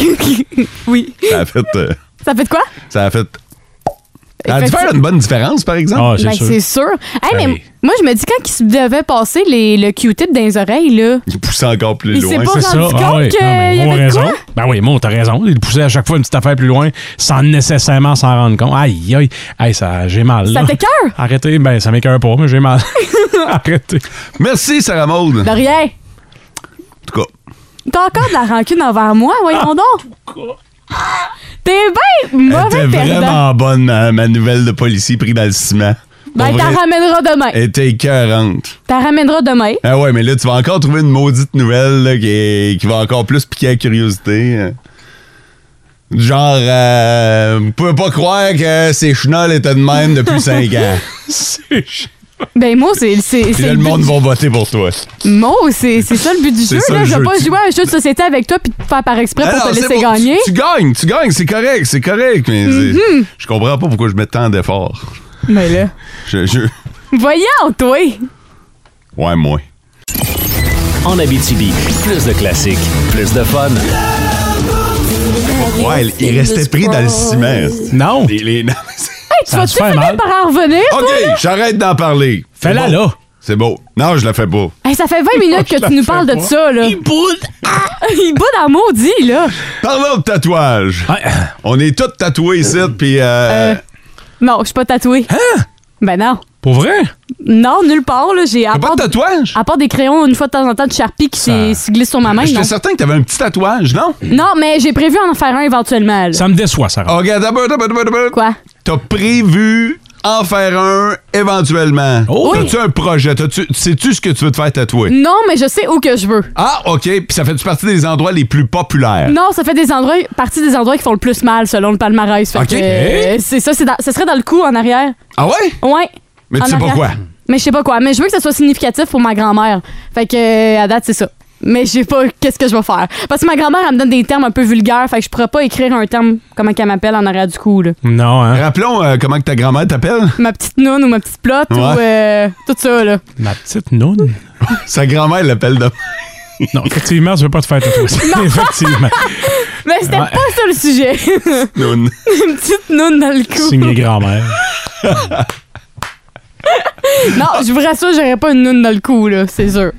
Oui. Ça a fait... euh, Ça fait de quoi? ça a fait... Ça a dû Effectivement. faire une bonne différence, par exemple. Ah, Ben, c'est sûr. Hey, mais Hey. moi, je me dis, quand il se devait passer les, le Q-tip dans les oreilles, là. Il poussait encore plus Il loin. s'est pas C'est rendu ça. compte Ah oui. qu'il Non, mais y Mo a avait de raison. quoi? Ben oui, Mo, t'as raison. Il poussait à chaque fois une petite affaire plus loin sans nécessairement s'en rendre compte. Aïe, aïe. Aïe, ça, j'ai mal. Ça là. t'écoeure? Arrêtez. Ben, ça m'écoeure pas, mais j'ai mal. Arrêtez. Merci, Sarah Maud. De rien. En tout cas, T'as encore de la rancune envers moi, voyons donc. T'es bien elle mauvais était perdant. vraiment bonne, ma, ma nouvelle de policier pris dans le ciment. Ben, Pour t'en vrai, ramèneras demain. elle était écœurante. T'en ramèneras demain. Ah ouais, mais là, tu vas encore trouver une maudite nouvelle là, qui, est- qui va encore plus piquer la curiosité. Genre, euh, vous pouvez pas croire que ces chenolles étaient de même depuis cinq ans. C'est ch- Ben, moi, c'est. c'est- Puis c'est là, le but monde du- va voter pour toi. Mo, c'est c'est ça le but du C'est jeu. ça Là. le Je jeu. vais pas Tu- jouer à un jeu de société avec toi puis te faire par exprès Ah pour non, te c'est laisser bon, gagner. Tu, tu gagnes, tu gagnes, c'est correct, c'est correct. Mais Mhm. c'est- je comprends pas pourquoi je mets tant d'efforts. Mais là. Je, je... Voyons, toi. Ouais, moi. En Abitibi, plus de classiques, plus de fun. Ouais, il restait pris dans le ciment. Non. Les- les- non, Hey, tu Ça vas-tu se fait finir mal. par en revenir, toi? OK, là? j'arrête d'en parler. C'est Fais-la beau. là. C'est beau. Non, je la fais pas. Hey, ça fait vingt minutes Je que la tu nous fais parles de pas. ça, là. Il boude. Il boude en maudit, là. Parlons de tatouage. Ouais. On est tous tatoués ici, puis... Euh, Euh, Non, je suis pas tatouée. Hein? Ben non. Pour vrai? Non, nulle part, là. J'ai à T'as pas part, de tatouage? à part des crayons une fois de temps en temps de Sharpie qui s'est- se glissent sur ma main. J'étais Non. certain que t'avais un petit tatouage, non? Non, mais j'ai prévu en faire un éventuellement. là. Ça me déçoit, Sarah. Oh, regarde, d'abord, d'abord, d'abord, d'abord. Quoi? T'as prévu en faire un éventuellement. Oh. As-tu un projet? T'as-tu, sais-tu ce que tu veux te faire tatouer? Non, mais je sais où que je veux. Ah, OK. Puis ça fait-tu partie des endroits les plus populaires? Non, ça fait des endroits, partie des endroits qui font le plus mal selon le palmarès. Fait OK. que, euh, c'est ça, c'est dans, ça serait dans le cou en arrière. Ah ouais? Ouais. Mais tu en sais pas arrière. quoi? Mais je sais pas quoi. Mais je veux que ça soit significatif pour ma grand-mère. Fait que, euh, à date, c'est ça. Mais je sais pas qu'est-ce que je vais faire. Parce que ma grand-mère, elle me donne des termes un peu vulgaires. Fait que je pourrais pas écrire un terme comment qu'elle m'appelle en arrière du cou, là. Non, hein? Rappelons euh, comment que ta grand-mère t'appelle. Ma petite noune ou ma petite plotte Ouais. ou euh, tout ça, là. Ma petite noune? Sa grand-mère l'appelle de... Non, effectivement, tu veux pas te faire tatouer. Effectivement. Mais c'était Ouais. pas ça le sujet. Noune. Une petite noune dans le cou. Signé grand-mère. Non, je vous rassure, j'aurais pas une noune dans le cou, là, c'est sûr.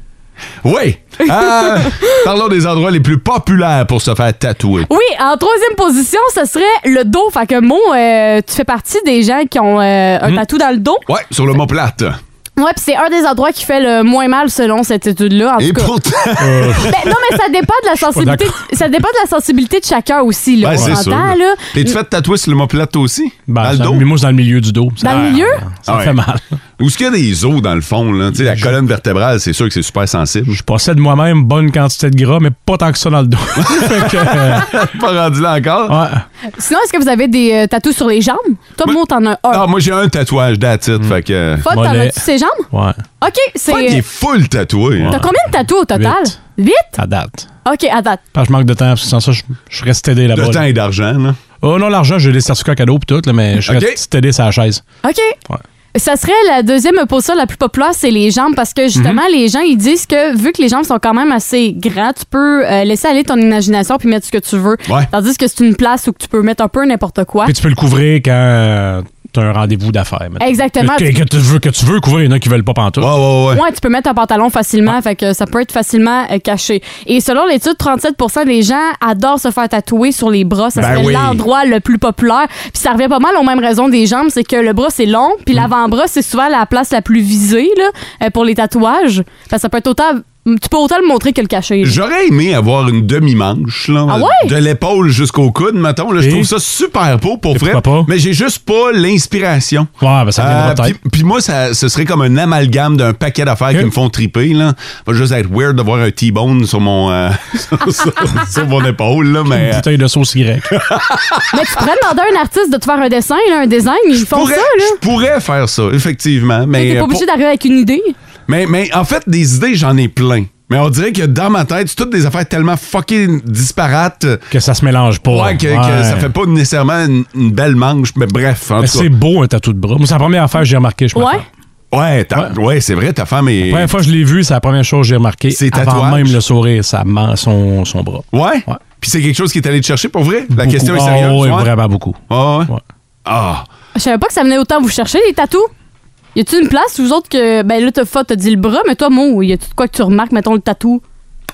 Oui. Euh, parlons des endroits les plus populaires pour se faire tatouer. Oui, en troisième position, ce serait le dos. Fait que, Mo, euh, tu fais partie des gens qui ont euh, un Hmm. tatou dans le dos. Ouais, sur le plate. Ouais, puis c'est un des endroits qui fait le moins mal selon cette étude-là. En Et tout cas. pourtant... Ben, non, mais ça dépend de la sensibilité. Ça dépend de la sensibilité de chacun aussi. Là, Ouais, on c'est sûr. s'entend, là. T'es-tu fait tatouer sur le plate aussi? Ben, dans le ça- dos? Mais moi, c'est dans le milieu du dos. Dans le milieu? Ça Ah me ouais. fait mal. Où est-ce qu'il y a des os dans le fond, là? Tu sais, la colonne vertébrale, c'est sûr que c'est super sensible. Je possède moi-même bonne quantité de gras, mais pas tant que ça dans le dos. Fait que, euh, Pas rendu là encore? ouais. Sinon, est-ce que vous avez des euh, tatous sur les jambes? Toi, Mo, t'en as un. Ah, moi, j'ai un tatouage that's it, fait que... Fuck, t'en mollet. as-tu sur ses jambes? Ouais. OK, c'est. Fuck, il est full tatoué. T'as combien de tatous au total? Huit. Huit? À date. OK, à date. Parce que je manque de temps, parce que sans ça, je, je reste aidé là-bas. De temps là. et d'argent, là. Oh non, l'argent, j'ai des certificats cadeaux pis tout, là, mais je Ok. reste aidé sur la chaise. OK. Ouais. Ça serait la deuxième position la plus populaire, c'est les jambes, parce que justement, Mhm. les gens, ils disent que vu que les jambes sont quand même assez grands, tu peux euh, laisser aller ton imagination puis mettre ce que tu veux. Ouais. Tandis que c'est une place où tu peux mettre un peu n'importe quoi. Puis tu peux le couvrir quand euh, t'as un rendez-vous d'affaires. mettons. Exactement. Que, que tu veux, que tu veux couvrir, il y en a qui veulent pas pantoute. Ouais, ouais, ouais. Ouais, tu peux mettre un pantalon facilement, fait que ça peut être facilement euh, caché. Et selon l'étude, trente-sept pour cent des gens adorent se faire tatouer sur les bras. Ça Ben serait oui. l'endroit le plus populaire. Puis ça revient pas mal aux mêmes raisons des jambes, c'est que le bras c'est long, puis l'avant-bras c'est souvent la place la plus visée là, euh, pour les tatouages. Fait que ça peut être autant, tu peux autant le montrer que le cacher. là. J'aurais aimé avoir une demi-manche, là. Ah ouais? De l'épaule jusqu'au coude, mettons. Là, je Et? trouve ça super beau pour Et vrai. pourquoi pas? Mais j'ai juste pas l'inspiration. Ouais, ben ça viendra Euh, peut-être. puis- Puis moi, ça, ce serait comme un amalgame d'un paquet d'affaires Ok. qui me font triper. Là. Ça va juste être weird de voir un T-bone sur mon, euh, sur, sur- sur mon épaule. Là, mais, Une euh, bouteille de sauce Y. Mais tu pourrais demander à un artiste de te faire un dessin, là, un design, ils je font pourrais, ça là. je pourrais faire ça, effectivement. Mais Mais, t'es euh, pas obligé pour- d'arriver avec une idée. mais, mais en fait, des idées, j'en ai plein. Mais on dirait que dans ma tête, c'est toutes des affaires tellement fucking disparates. Que ça se mélange pas. Ouais, que, que ça fait pas nécessairement une, une belle manche. Mais bref, en Mais tout cas. c'est beau un tatou de bras. Moi, c'est la première affaire que j'ai remarqué, je crois. Ouais. Ouais, ta- ouais. c'est vrai, ta femme est. La première fois que je l'ai vu, c'est la première chose que j'ai remarqué. Ses Avant tatouages. même le sourire, ça man- son, son bras. Ouais? Ouais. Puis c'est quelque chose qui est allé te chercher pour vrai? La Beaucoup. question est Oh, sérieuse. oui, ouais? vraiment beaucoup. Ah ouais? Ouais. Ah. Je savais pas que ça venait autant vous chercher, les tatous. Y a-tu une place, vous autres, que. Ben là, t'as fait, t'as dit le bras, mais toi, Mo, y a-tu de quoi que tu remarques, mettons, le tatou?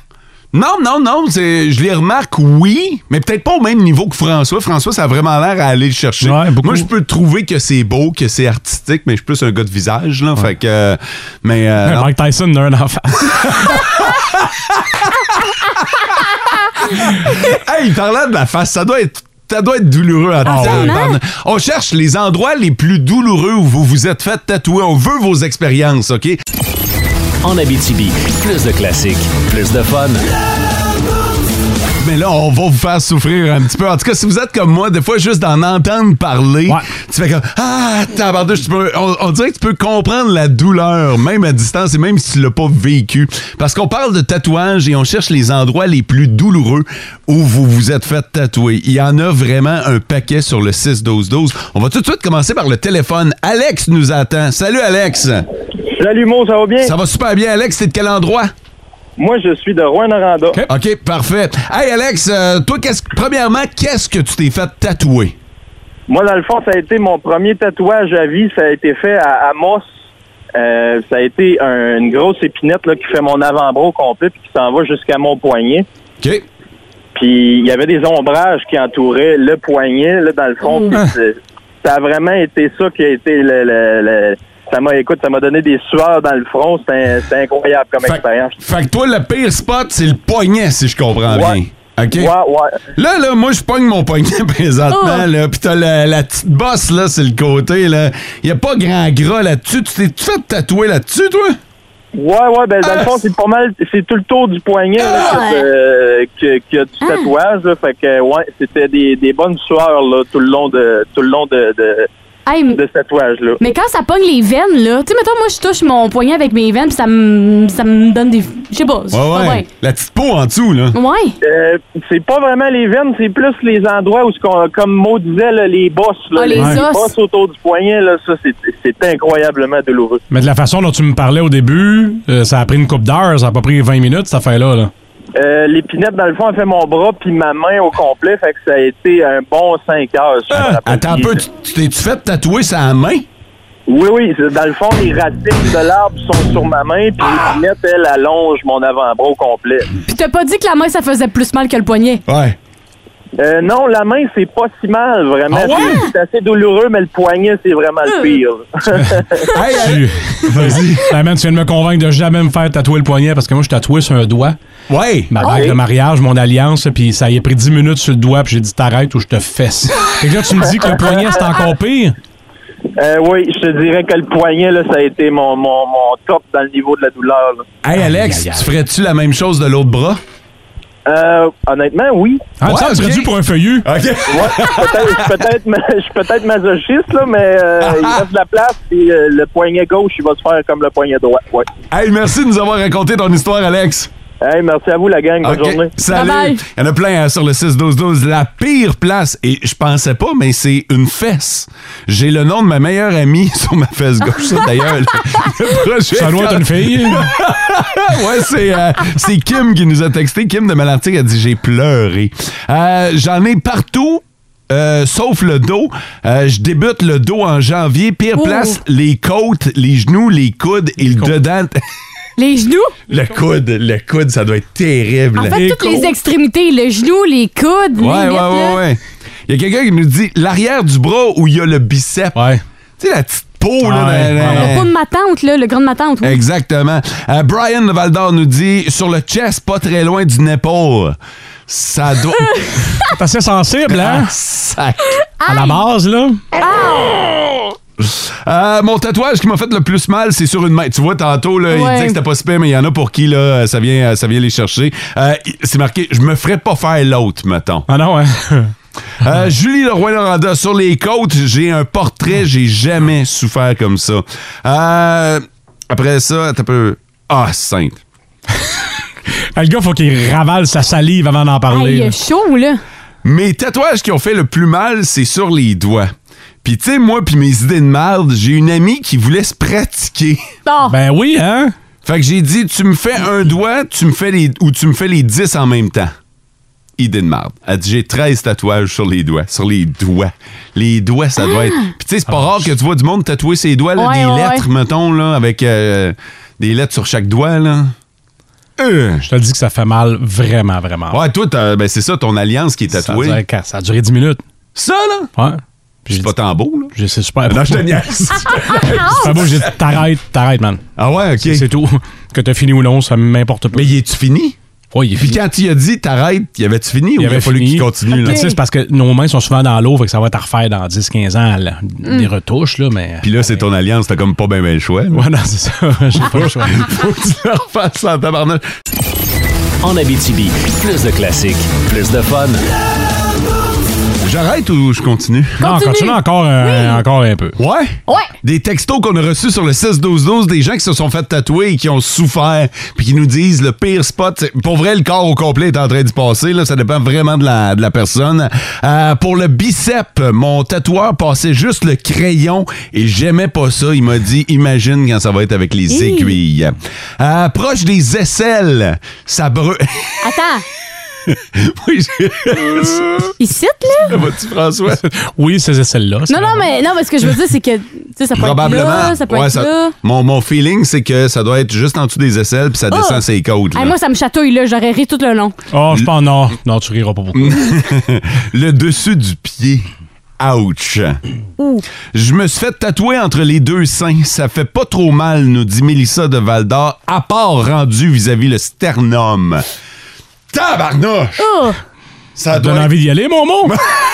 Non, non, non, c'est, je les remarque, oui, mais peut-être pas au même niveau que François. François, ça a vraiment l'air à aller le chercher. Ouais, beaucoup. Moi, je peux trouver que c'est beau, que c'est artistique, mais je suis plus un gars de visage, là. Fait que. euh, mais. euh, non. Mike Tyson a un enfant. Hey, parlant de la face, ça doit être. Ça doit être douloureux à Ah, entendre. vraiment? On cherche les endroits les plus douloureux où vous vous êtes fait tatouer. On veut vos expériences, OK? En Abitibi, plus de classiques, plus de fun. Mais là, on va vous faire souffrir un petit peu. En tout cas, si vous êtes comme moi, des fois, juste d'en entendre parler, Ouais. tu fais comme Ah, tabarnouche, tu peux. On, on dirait que tu peux comprendre la douleur, même à distance et même si tu l'as pas vécu. Parce qu'on parle de tatouage et on cherche les endroits les plus douloureux où vous vous êtes fait tatouer. Il y en a vraiment un paquet sur le six douze douze. On va tout de suite commencer par le téléphone. Alex nous attend. Salut, Alex. Salut Mo, ça va bien? Ça va super bien, Alex. T'es de quel endroit? Moi, je suis de Rouyn-Noranda. OK. OK, parfait. Hey, Alex, euh, toi, qu'est-ce, premièrement, qu'est-ce que tu t'es fait tatouer? Moi, dans le fond, ça a été mon premier tatouage à vie. Ça a été fait à Amos. Euh, ça a été un- une grosse épinette là, qui fait mon avant-bras au complet puis qui s'en va jusqu'à mon poignet. OK. Puis il y avait des ombrages qui entouraient le poignet, là, dans le fond. Puis c'est- ça a vraiment été ça qui a été le... le- le- ça m'a, écoute, ça m'a donné des sueurs dans le front. C'était, c'était incroyable comme Fait- expérience. Fait que toi, le pire spot, c'est le poignet, si je comprends Ouais. bien. OK. Ouais, ouais. Là, là, moi, je pogne mon poignet présentement, Oh. là, pis t'as la, la petite bosse, là, c'est le côté, là. Y a pas grand gras là-dessus. Tu t'es fait tatouer là-dessus, toi? Ouais, ouais, ben dans le fond, c'est pas mal, c'est tout le tour du poignet là, Ah, que, que, que du tatouage. Là, fait que, ouais, c'était des, des bonnes sueurs là, tout le long de tout le long de, de, Hey, m- de ce tatouage-là. mais quand ça pogne les veines, là, tu sais, mettons, moi, je touche mon poignet avec mes veines, puis ça me ça me donne des. Je sais pas. c'est Ouais, pas ouais. La petite peau en dessous, là. bien. Ouais. Euh, c'est pas vraiment les veines, c'est plus les endroits où, ce qu'on, comme Maud disait, là, les bosses. Là, Ah, les os. bosses autour du poignet, là, ça, c'est, c'est incroyablement douloureux. Mais de la façon dont tu me parlais au début, euh, ça a pris une couple d'heures, ça a pas pris vingt minutes, cette affaire-là. Là. Euh, l'épinette, dans le fond, a fait mon bras puis ma main au complet, fait que ça a été un bon cinq heures. si je me Ah, rappelle attends un bien. peu, tu tu t'es-tu fait tatouer sa main? Oui, oui, c'est- dans le fond, les racines de l'arbre sont sur ma main, puis l'épinette, elle, allonge mon avant-bras au complet. Puis t'as pas dit que la main, ça faisait plus mal que le poignet. Ouais. Euh, non, la main, c'est pas si mal, vraiment. Ah ouais? C'est- C'est assez douloureux, mais le poignet, c'est vraiment le pire. Hey, hey. Tu... Vas-y. Ben, man, tu viens de me convaincre de jamais me faire tatouer le poignet parce que moi, je suis tatoué sur un doigt. Ouais. Ma bague de mariage, mon alliance, puis ça y a pris dix minutes sur le doigt, puis j'ai dit t'arrêtes ou je te fesse. Fait que là, tu me dis que le poignet, c'est encore pire? Euh, oui, je te dirais que le poignet, là, ça a été mon, mon, mon top dans le niveau de la douleur. Là. Hey, Alex, Aïe, aïe, aïe. tu ferais-tu la même chose de l'autre bras? Euh, honnêtement, oui. Ah, Ouais, ça, tu ok. serais dû pour un feuillu. OK. Ouais, peut-être, peut-être, ma- je suis peut-être masochiste, là, mais euh, il reste de la place, puis euh, le poignet gauche, il va se faire comme le poignet droit. Ouais. Hey, merci de nous avoir raconté ton histoire, Alex. Hey, merci à vous, la gang. Bonne OK. journée. Salut. Bye bye. Il y en a plein hein, sur le six douze douze. La pire place, et je pensais pas, mais c'est une fesse. J'ai le nom de ma meilleure amie sur ma fesse gauche. Ça, d'ailleurs, le, le projet. Ça doit être une fille. Ouais, c'est euh, c'est Kim qui nous a texté. Kim de Malartic a dit « J'ai pleuré euh, ». J'en ai partout. Euh, sauf le dos. Euh, je débute le dos en janvier. Pire Oh. place, les côtes, les genoux, les coudes et le dedans. Les genoux? Le coude, le coude, ça doit être terrible. En fait, Les toutes les côtes. extrémités, le genou, les coudes, Ouais, les ouais, ouais, ouais. Il y a quelqu'un qui nous dit l'arrière du bras où il y a le bicep. Ouais. Tu sais, la petite peau, là. Ouais, dans- dans- ouais. Le pot de ma tante, là, le grand de ma tante. Oui. Exactement. Euh, Brian de Val-d'Or nous dit sur le chest, pas très loin du nipple. Ça doit. C'est assez sensible, hein? Ah, sac. À la base, là. Euh, mon tatouage qui m'a fait le plus mal, c'est sur une main. Tu vois, tantôt, là, il Ouais. disait que c'était pas super, mais il y en a pour qui là, ça vient, ça vient les chercher. Euh, c'est marqué, je me ferais pas faire l'autre, mettons. Ah non, ouais. Euh, Julie Leroy-Noranda, sur les côtes, j'ai un portrait, j'ai jamais souffert comme ça. Euh, après ça, t'as peu. Ah, sainte. Ah, le gars, faut qu'il ravale sa salive avant d'en Hey, parler. il là. est chaud, là. Mes tatouages qui ont fait le plus mal, c'est sur les doigts. Puis tu sais, moi puis mes idées de merde, j'ai une amie qui voulait se pratiquer. Oh. Ben oui, hein? Fait que j'ai dit, tu me fais un doigt, tu me fais les ou tu me fais les dix en même temps. Idée de merde. Elle dit, j'ai treize tatouages sur les doigts. Sur les doigts. Les doigts, ça doit être... Puis tu sais, c'est pas rare que tu vois du monde tatouer ses doigts, là, Ouais, des ouais, lettres, mettons, là, avec euh, des lettres sur chaque doigt, là. Euh. Je te le dis que ça fait mal vraiment, vraiment. Ouais, toi, t'as- ben, c'est ça, ton alliance qui est Ça a, tatouée. duré, ça a duré dix minutes. Ça, là? Ouais. Puis C'est pas tant beau, là. j'ai- c'est super. Non, je te niaise. C'est beau, j'ai dit, t'arrêtes, t'arrêtes, man. Ah ouais, OK. C'est, c'est tout. Que t'as fini ou non, ça m'importe pas. Mais y es-tu fini? Ouais, il est Puis fini. quand il a dit t'arrêtes, y avait-tu fini ou il a avait fallu fini. qu'il continue? Là? Tu sais, c'est parce que nos mains sont souvent dans l'eau, fait que ça va être à refaire dans dix quinze ans, là, des retouches, là, mais... Puis là, c'est ton alliance, t'as comme pas bien ben le choix. là. Ouais, non, c'est ça. J'ai pas le choix. Faut que tu le refasses en tabarnak. En Abitibi, plus de classiques, plus de fun. J'arrête ou je continue? Non, Continue. continue encore, un- encore un peu. Ouais? Ouais. Des textos qu'on a reçus sur le six douze douze, des gens qui se sont fait tatouer et qui ont souffert, puis qui nous disent le pire spot. c'est- Pour vrai, le corps au complet est en train d'y passer, là, ça dépend vraiment de la, de la personne. Euh, pour le bicep, mon tatoueur passait juste le crayon et j'aimais pas ça. Il m'a dit, imagine quand ça va être avec les Hi. aiguilles. Euh, proche des aisselles, ça brûle. Attends. Oui, j'ai- Ici, là? vas-tu, François? Oui, c'est celle-là. Non, non, mais, non, mais ce que je veux dire, c'est que, tu sais, ça peut Probablement. être là, ça peut Ouais, être ça- là. mon, mon feeling, c'est que ça doit être juste en dessous des aisselles puis ça Oh! descend ses côtes. là. Hey, moi, ça me chatouille, là. J'aurais ri tout le long. Oh, je pense non. Non, tu riras pas beaucoup. Le dessus du pied. Ouch. Ouh. Je me suis fait tatouer entre les deux seins. Ça fait pas trop mal, nous dit Mélissa de Val-d'Or, à part rendu vis-à-vis le sternum. Tabarnouche! Oh! Ça donne doit envie d'y aller, mon mot?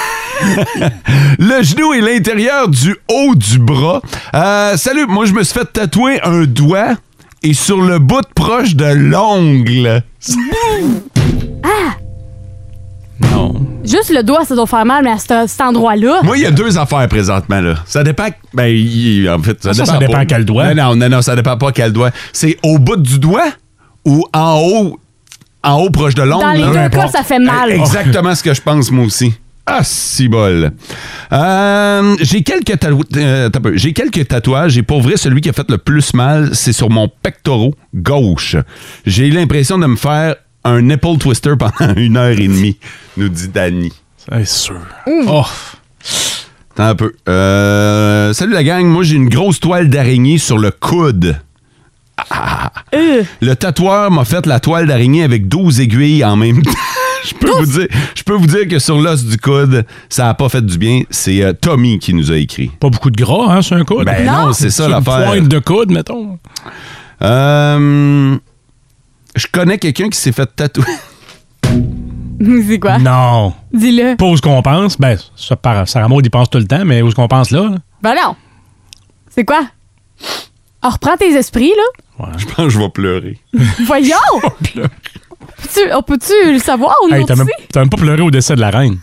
Le genou et l'intérieur du haut du bras. Euh, salut, moi, je me suis fait tatouer un doigt et sur le bout proche de l'ongle. Ah! Non. Juste le doigt, ça doit faire mal, mais à cet, cet endroit-là... Moi, il y a deux affaires présentement, là. Ça dépend... Ben, il- en fait, ça, Ça, dépend ça dépend pas. quel doigt. Non, non, non, non, ça dépend pas quel doigt. C'est au bout du doigt ou en haut, en haut proche de l'ongle? Dans les là? deux Peu cas, importe. ça fait mal. Exactement ce que je pense, moi aussi. Ah, si bol. Euh, j'ai quelques tatou- euh, t'as peu. J'ai quelques tatouages et pour vrai, celui qui a fait le plus mal, c'est sur mon pectoral gauche. J'ai eu l'impression de me faire un nipple twister pendant une heure et demie, nous dit Danny. C'est sûr. Mmh. Oh. Attends un peu. Euh, salut la gang, moi j'ai une grosse toile d'araignée sur le coude. Ah. Euh. Le tatoueur m'a fait la toile d'araignée avec douze aiguilles en même temps. Je peux, vous dire, je peux vous dire que sur l'os du coude, ça n'a pas fait du bien. C'est euh, Tommy qui nous a écrit. Pas beaucoup de gras, hein, sur un coude? Ben non, c'est ça Sur une l'affaire. pointe de coude, mettons. Euh, je connais quelqu'un qui s'est fait tatouer. C'est quoi? Non. Dis-le. Pas où ce qu'on pense. Ben, ça, par, Sarah Maud, il pense tout le temps, mais où ce qu'on pense là? là? Ben non. C'est quoi? Ah, reprends tes esprits, là. Je pense que je vais pleurer. Voyons! Peux-tu- on peut-tu le savoir ou Hey, non? t'as, même, t'as même pas pleuré au décès de la reine.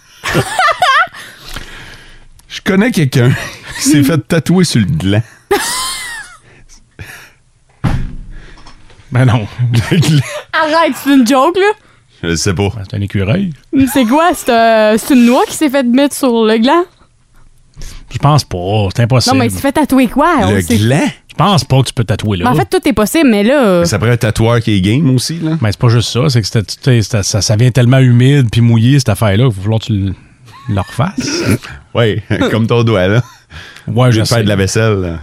Je connais quelqu'un qui s'est fait tatouer sur le gland. Ben non. Arrête, c'est une joke, là. Je sais pas. C'est un écureuil. C'est quoi? C'est, euh, c'est une noix qui s'est fait mettre sur le gland? Je pense pas. C'est impossible. Non, mais il s'est fait tatouer quoi? On Le sait- gland? Je pense pas que tu peux tatouer là. Mais en fait, tout est possible, mais là... Ça prend un tatoueur qui est game aussi, là. Ben, c'est pas juste ça. C'est que c'était- c'était- c'était- ça, ça vient tellement humide puis mouillé, cette affaire-là, qu'il va falloir que tu le, le refasses. Oui, comme ton doigt, là. Ouais, je je vais te faire sais. de la vaisselle, là.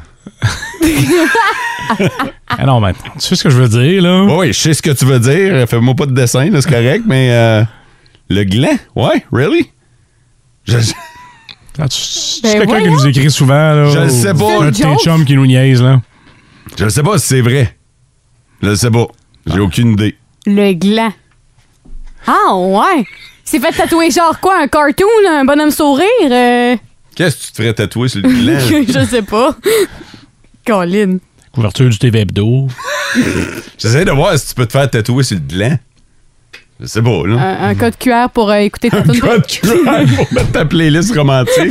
Ah non, mais tu sais ce que je veux dire, là? Oui, oui, je sais ce que tu veux dire. Fais-moi pas de dessin, là, c'est correct, mais euh, le gland? Ouais, really? Je, Ah, tu- C'est Ben quelqu'un qui voyons. nous écrit souvent, là. Je le sais pas. Un de C'est tes une joke. chums qui nous niaise, là. je sais pas si c'est vrai. Je le sais pas. J'ai aucune idée. Le gland. Ah, ouais. Il s'est fait tatouer genre quoi? Un cartoon? Un bonhomme sourire? euh? Qu'est-ce que tu te ferais tatouer sur le gland? Je sais pas. Colin. Couverture du T V Hebdo. J'essaie de voir si tu peux te faire tatouer sur le gland. Je sais pas, là. Un, un code Q R pour euh, écouter ta tune. Code Q R pour mettre ta playlist romantique.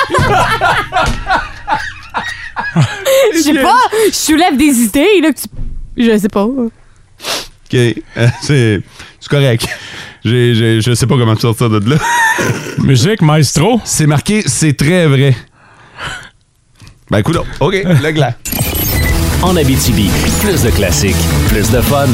Je sais pas. Je soulève des idées, là, que tu... Je sais pas. OK. Euh, c'est, c'est correct. J'ai, j'ai, je sais pas comment sortir de là. Musique, maestro. C'est marqué, c'est très vrai. Ben, écoute, OK, le gland. En Abitibi, plus de classiques, plus de fun.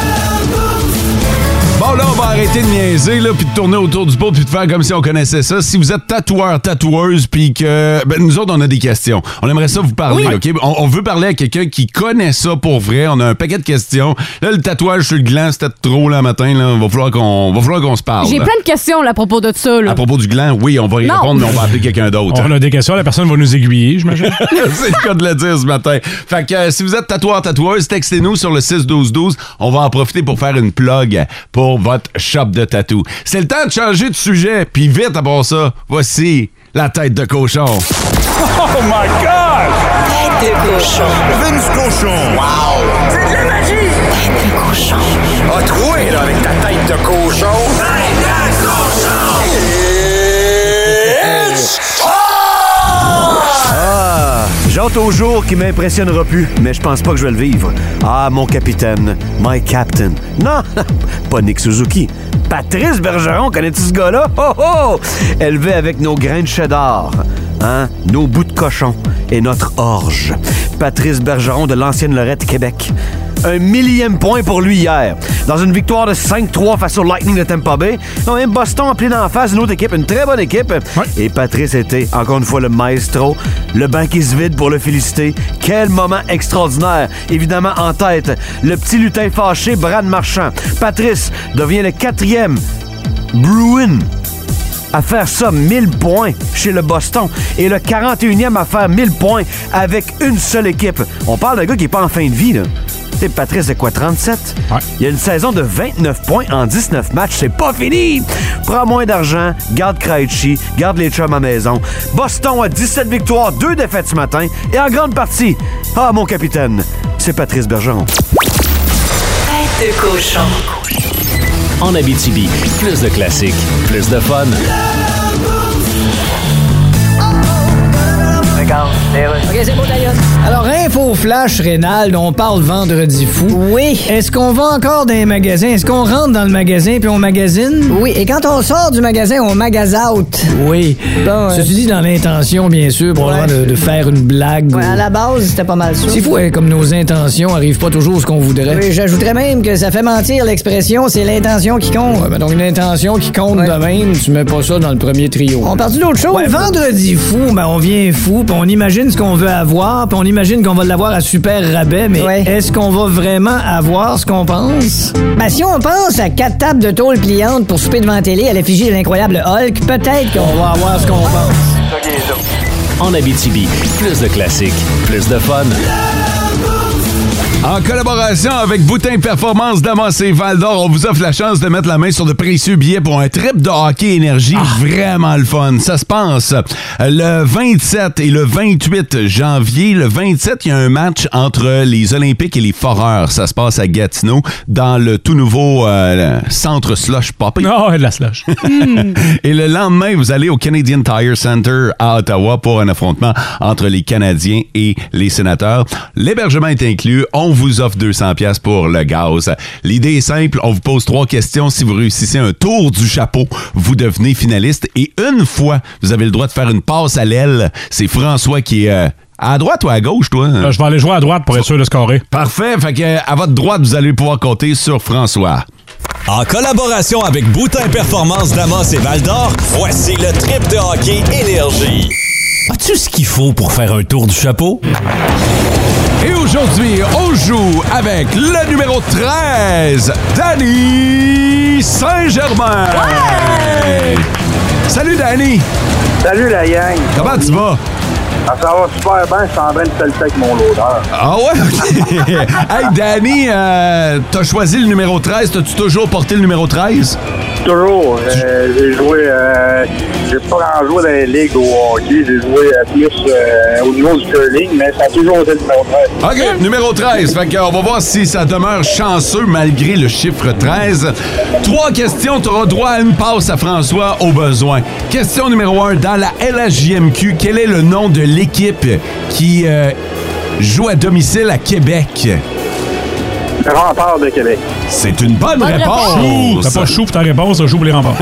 Bon, là, on va arrêter de niaiser, là, puis de tourner autour du pot, puis de faire comme si on connaissait ça. Si vous êtes tatoueur, tatoueuse, puis que... Ben, nous autres, on a des questions. On aimerait ça vous parler, Oui. OK? On, on veut parler à quelqu'un qui connaît ça pour vrai. On a un paquet de questions. Là, le tatouage sur le gland, c'était trop, là, matin, là. Va falloir qu'on, va falloir qu'on se parle. J'ai là. plein de questions là, à propos de ça. Là. À propos du gland, oui, on va y Non. répondre, mais on va appeler quelqu'un d'autre. On a des questions, la personne va nous aiguiller, j'imagine. C'est le cas de le dire ce matin. Fait que euh, si vous êtes tatoueur, tatoueuse, textez-nous sur le six douze douze. On va en profiter pour faire une plug pour votre shop de tatou. C'est le temps de changer de sujet. Puis vite, à part ça, voici la tête de cochon. Oh my God! Tête de cochon. Vince cochon. Wow! C'est de la magie! Tête de cochon. A troué, là, avec ta tête de cochon. Tête de cochon! It's Ah, j'hâte au jour qui m'impressionnera plus, mais je pense pas que je vais le vivre. Ah, mon capitaine, my captain. Non, pas Nick Suzuki. Patrice Bergeron, connais-tu ce gars-là? Oh oh! Élevé avec nos grains de cheddar, hein? Nos bouts de cochon et notre orge. Patrice Bergeron de l'ancienne Lorette, Québec. Un millième point pour lui hier. Dans une victoire de cinq trois face au Lightning de Tampa Bay. Non, même Boston appelé d'en face une autre équipe, une très bonne équipe. Ouais. Et Patrice était, encore une fois, le maestro. Le banc qui se vide pour le féliciter. Quel moment extraordinaire. Évidemment, en tête, le petit lutin fâché, Brad Marchand. Patrice devient le quatrième Bruin à faire ça mille points chez le Boston et le quarante et unième à faire mille points avec une seule équipe. On parle d'un gars qui est pas en fin de vie, là. Et Patrice, c'est quoi, trente-sept? Ouais. Il y a une saison de vingt-neuf points en dix-neuf matchs. C'est pas fini! Prends moins d'argent, garde Krejci, garde les chums à maison. Boston a dix-sept victoires, deux défaites ce matin. Et en grande partie, ah, mon capitaine, c'est Patrice Bergeron. Tête de cochon. En Abitibi, plus de classiques, plus de fun. OK, c'est beau, d'ailleurs. Alors, info flash, Rénal, on parle vendredi fou. Oui. Est-ce qu'on va encore dans les magasins? Est-ce qu'on rentre dans le magasin puis on magasine? Oui, et quand on sort du magasin, on magase out. Oui. Bon, Ceci euh... dit, dans l'intention, bien sûr, probablement ouais. de, de faire une blague. Ouais, ou... à la base, c'était pas mal ça. C'est fou, hein, comme nos intentions arrivent pas toujours ce qu'on voudrait. Oui, j'ajouterais même que ça fait mentir l'expression, c'est l'intention qui compte. Ouais, ben donc une intention qui compte ouais. de même, tu mets pas ça dans le premier trio. On parle d'autre chose? Ouais, vendredi fou, ben on vient fou, puis on imagine ce qu'on veut avoir, puis on imagine qu'on va l'avoir à super rabais, mais ouais. est-ce qu'on va vraiment avoir ce qu'on pense? Ben, si on pense à quatre tables de tôle pliantes pour souper devant la télé à l'effigie de l'incroyable Hulk, peut-être qu'on va avoir ce qu'on pense. En Abitibi, plus de classiques, plus de fun. En collaboration avec Boutin Performance Damas et Val-d'Or, on vous offre la chance de mettre la main sur de précieux billets pour un trip de hockey énergie ah. vraiment le fun. Ça se passe le vingt-sept et le vingt-huit janvier. Le vingt-sept, il y a un match entre les Olympiques et les Foreurs. Ça se passe à Gatineau, dans le tout nouveau euh, centre Slush Poppy. Oh, de la slush. Et le lendemain, vous allez au Canadian Tire Center à Ottawa pour un affrontement entre les Canadiens et les Sénateurs. L'hébergement est inclus. On vous offre deux cents dollars pour le gaz. L'idée est simple, on vous pose trois questions. Si vous réussissez un tour du chapeau, vous devenez finaliste. Et une fois, vous avez le droit de faire une passe à l'aile. C'est François qui est... Euh, à droite ou à gauche, toi? Là, je vais aller jouer à droite pour être sûr de scorer. Parfait. Fait que à votre droite, vous allez pouvoir compter sur François. En collaboration avec Boutin Performance Damas et Val-d'Or, voici le trip de hockey Énergie. As-tu ce qu'il faut pour faire un tour du chapeau? Et aujourd'hui, on joue avec le numéro treize, Danny Saint-Germain. Ouais! Salut, Danny. Salut, la gang. Comment tu vas? Ah, ça va super bien, je suis en train de pelleter avec mon loader. Ah ouais? OK. Hey, Danny, euh, t'as choisi le numéro treize. T'as-tu toujours porté le numéro treize? Toujours. Euh, j'ai joué... Euh, j'ai pas grand joué dans les ligues au hockey. J'ai joué euh, plus euh, au niveau du curling, mais ça a toujours été le numéro treize. OK, numéro treize. Fait qu'on va voir si ça demeure chanceux malgré le chiffre treize. Trois questions. T'auras droit à une passe à François au besoin. Question numéro un. Dans la L H J M Q, quel est le nom de l'équipe qui euh, joue à domicile à Québec? Le Rempart de Québec. C'est une bonne, bonne réponse. réponse. T'as pas chou pour ta réponse, ça joue pour les Remparts.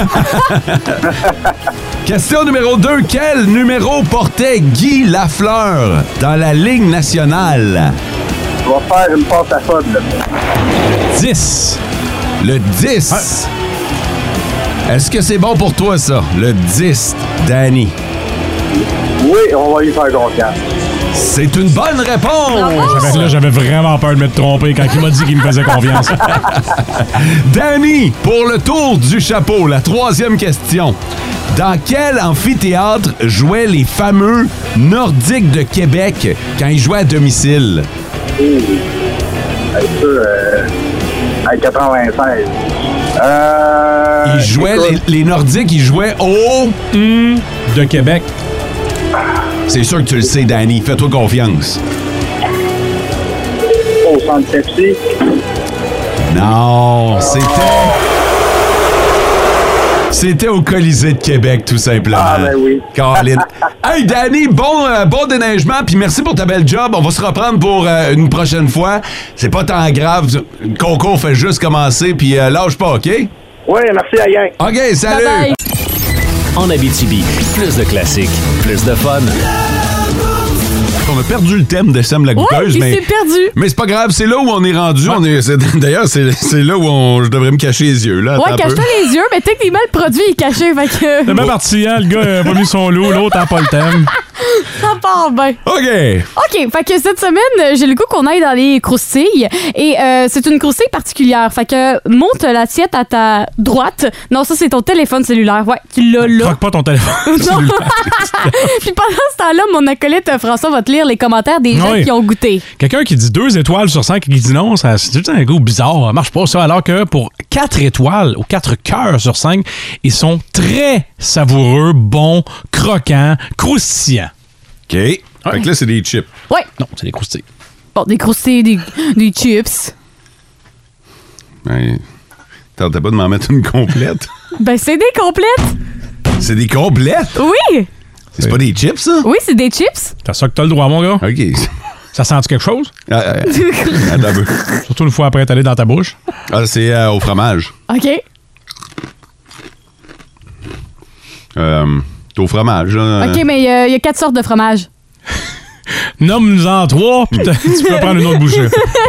Question numéro deux. Quel numéro portait Guy Lafleur dans la Ligue nationale? On va faire une passe à Fod. dix. Le dix. Ouais. Est-ce que c'est bon pour toi, ça? Le dix, Danny. Oui, on va y faire confiance. C'est une bonne réponse! J'avais, là, j'avais vraiment peur de me tromper quand il m'a dit qu'il me faisait confiance. Danny, pour le tour du chapeau, la troisième question. Dans quel amphithéâtre jouaient les fameux Nordiques de Québec quand ils jouaient à domicile? Mmh. Avec ça, euh, avec quatre-vingt-seize. Euh, ils jouaient, les, les Nordiques, ils jouaient au... Mmh, de Québec. C'est sûr que tu le sais, Danny. Fais-toi confiance. Au centre Pepsi? Non, c'était... C'était au Colisée de Québec, tout simplement. Ah, ben oui. Colin. Hey, Danny, bon, euh, bon déneigement, puis merci pour ta belle job. On va se reprendre pour euh, une prochaine fois. C'est pas tant grave. Le concours fait juste commencer, puis euh, lâche pas, OK? Oui, merci à gang. OK, salut! Bye bye. En Abitibi, plus de classiques, plus de fun. On a perdu le thème de Sam la goûteuse, ouais, mais c'est perdu. Mais c'est pas grave, c'est là où on est rendu. Ouais. On est, c'est, d'ailleurs, c'est, c'est là où on, je devrais me cacher les yeux. Là, ouais, cache-toi les yeux, mais techniquement, le produit est caché. Fait que... C'est bien parti, hein? Le gars n'a pas mis son lot, l'autre n'a pas le thème. Ça part bien. OK. OK, fait que cette semaine, j'ai le goût qu'on aille dans les croustilles. Et euh, c'est une croustille particulière. Fait que monte l'assiette à ta droite. Non, ça, c'est ton téléphone cellulaire. Ouais, tu l'as là. Croque pas ton téléphone cellulaire. Puis pendant ce temps-là, mon acolyte François va te lire les commentaires des gens Oui. qui ont goûté. Quelqu'un qui dit deux étoiles sur cinq et qui dit non, ça, c'est tout un goût bizarre. Ça marche pas, ça. Alors que pour quatre étoiles ou quatre cœurs sur cinq, ils sont très savoureux, bons, croquants, croustillants. OK. Fait que là, c'est des chips. Ouais. Non, c'est des croustilles. Bon, des croustilles, des, des chips. Ben, t'as pas de m'en mettre une complète? Ben, c'est des complètes. C'est des complètes? Oui. C'est pas des chips, ça? Oui, c'est des chips. T'as ça que t'as le droit, mon gars? OK. Ça sent-tu quelque chose? Ah, ah, attends un peu. Surtout une fois après être allé dans ta bouche. Ah, c'est euh, au fromage. OK. Euh, c'est au fromage, là. OK, mais il y, y a quatre sortes de fromage. Nomme-nous-en trois, puis t'as- tu peux prendre une autre bouchée.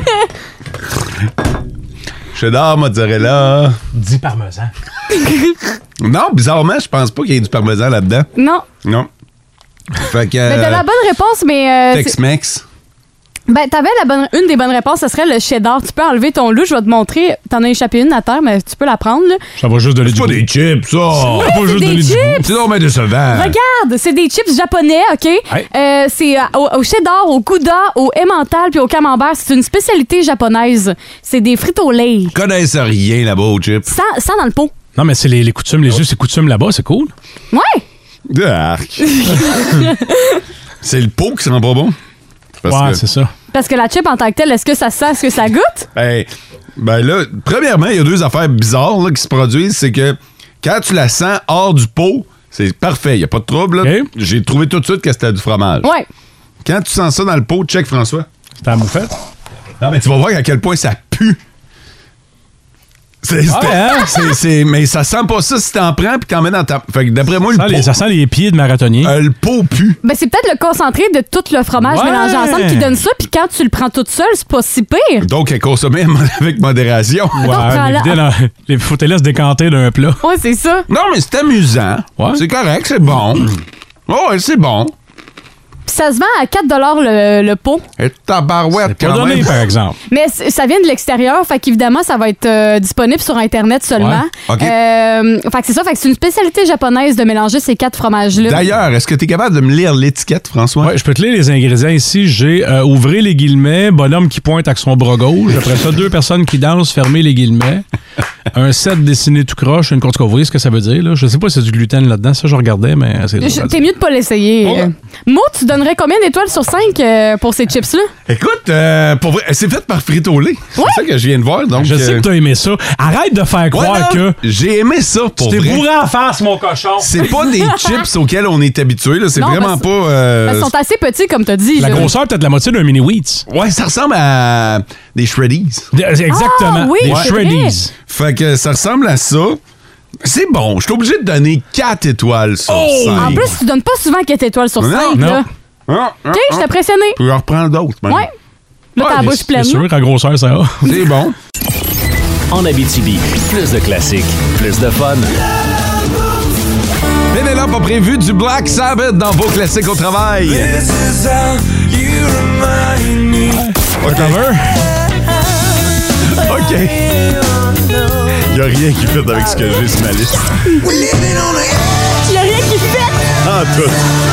Cheddar, mozzarella. dix parmesan. Non, bizarrement, je pense pas qu'il y ait du parmesan là-dedans. Non. Non. Fait que. Mais t'as la bonne réponse, mais... euh, c'est- Tex-Mex. Ben, t'avais la bonne, une des bonnes réponses, ce serait le cheddar. Tu peux enlever ton loup, je vais te montrer. T'en as échappé une à terre, mais tu peux la prendre, là. Ça va juste donner C'est du pas goût. des chips, ça! Oui, pas c'est juste des donner du chips! goût. C'est normal décevant. Regarde, c'est des chips japonais, OK? Ouais. Euh, c'est euh, au, au cheddar, au gouda, au emmental puis au camembert. C'est une spécialité japonaise. C'est des frites au lait. Ils connaissent rien là-bas aux chips. Sans, sans dans le pot. Non, mais c'est les, les coutumes, les us et coutumes là-bas, c'est cool. Ouais! Arc. C'est le pot qui sent pas bon. Parce ouais, que- c'est ça. Parce que la chip en tant que telle, est-ce que ça sent, est-ce que ça goûte? Ben, ben là, premièrement, il y a deux affaires bizarres là, qui se produisent. C'est que quand tu la sens hors du pot, c'est parfait, il n'y a pas de trouble. là. OK. J'ai trouvé tout de suite que c'était du fromage. Ouais. Quand tu sens ça dans le pot, check François. C'était à moufette? Non, mais tu vas voir à quel point ça pue. C'est, Ah ouais, hein? c'est, c'est- mais ça sent pas ça si t'en prends puis t'en mets dans ta. Fait que d'après moi, le Ça, les- pot, ça sent les pieds de marathonnier. euh, le pot pue. Ben, c'est peut-être le concentré de tout le fromage Ouais. mélangé ensemble qui donne ça. Puis quand tu le prends tout seul, c'est pas si pire. Donc, à consommer avec modération. Ouais, prends-la. mais vider dans- les faut te laisser décanter d'un plat. Ouais, c'est ça. Non, mais c'est amusant. Ouais. C'est correct, c'est bon. Ouais, c'est bon. Puis ça se vend à quatre le, le pot. Et tabarouette, Pas quand donné, même. par exemple. Mais c- ça vient de l'extérieur, fait qu'évidemment, ça va être euh, disponible sur Internet seulement. Ouais, ok. Euh, fait que c'est ça, fait que c'est une spécialité japonaise de mélanger ces quatre fromages-là. D'ailleurs, est-ce que tu es capable de me lire l'étiquette, François? Ouais, je peux te lire les ingrédients ici. J'ai euh, ouvrez les guillemets, bonhomme qui pointe avec son bras gauche. Après ça, deux personnes qui dansent, fermez les guillemets. Un set dessiné tout croche. Une compte, vous voyez ce que ça veut dire, là? Je sais pas si c'est du gluten là-dedans. Ça, je regardais, mais c'est Je- T'es mieux de pas l'essayer. Ouais. Euh, Mo, tu donnerais combien d'étoiles sur cinq euh, pour ces chips-là? Écoute, euh, pour vrai, c'est fait par Frito-Lay. C'est ça que je viens de voir. Donc, Je sais euh, que t'as aimé ça. Arrête de faire ouais, croire non, que j'ai aimé ça pour tu t'es vrai. bourré en face, mon cochon. C'est pas des chips auxquels on est habitué. là. C'est Non, vraiment parce- pas. euh, Ils sont assez petits, comme t'as dit. La là. grosseur, peut-être la moitié d'un mini wheats. Ouais, ça ressemble à des shreddies. Exactement. Ah, oui, Des c'est shreddies. Fait que ça ressemble à ça. C'est bon. Je suis obligé de donner quatre étoiles sur Oh! cinq. En plus, tu donnes pas souvent quatre étoiles sur Non, cinq. non. Là. Ah, ah, OK, je suis ah. impressionné. Je peux en reprendre d'autres. même. Ouais. Là, t'as la Ouais, bouche pleine. C'est sûr, à grosseur, ça va. C'est bon. En Abitibi, plus de classiques, plus de fun. Pénélope a prévu du Black Sabbath dans vos classiques au travail. Pas cover. OK. Il a rien qui fait avec ce que j'ai sur ma liste. Il y a rien qui fait. Ah, tout.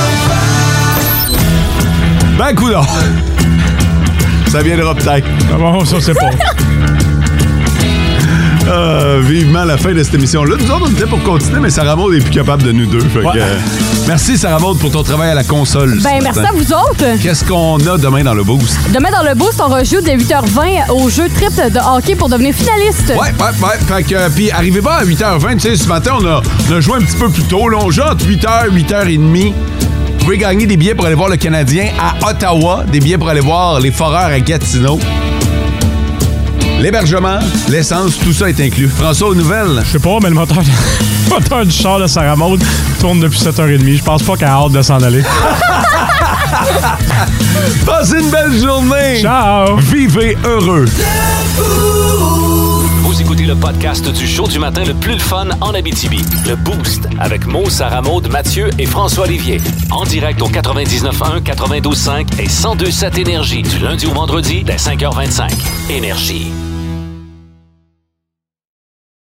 Ben, coudonc. Ça viendra peut-être. Ah bon, ça, c'est pas. Euh, vivement la fin de cette émission-là. Nous autres, on était pour continuer, mais Sarah Maud est plus capable de nous deux. Fait que, Ouais. euh, merci, Sarah Maud, pour ton travail à la console. ce Ben, merci matin. à vous autres. Qu'est-ce qu'on a demain dans le boost? Demain, dans le boost, on rejoue dès huit heures vingt au jeu triple de hockey pour devenir finaliste. Ouais, ouais, ouais. Fait que, euh, puis arrivez pas à huit heures vingt. Tu sais, ce matin, on a, on a joué un petit peu plus tôt. Là, on joue entre huit heures et huit heures trente. Vous pouvez gagner des billets pour aller voir le Canadien à Ottawa, des billets pour aller voir les Foreurs à Gatineau. L'hébergement, l'essence, tout ça est inclus. François, aux nouvelles? Je sais pas, mais le moteur, le moteur du char de Sarah Maud tourne depuis sept heures trente. Je pense pas qu'elle a hâte de s'en aller. Passez une belle journée! Ciao! Vivez heureux! Vous écoutez le le podcast du show du matin le plus le fun en Abitibi. Le Boost avec Mo, Sarah Maud, Mathieu et François Olivier. En direct au quatre-vingt-dix-neuf un, quatre-vingt-douze cinq et cent deux sept Énergie du lundi au vendredi dès cinq heures vingt-cinq. Énergie.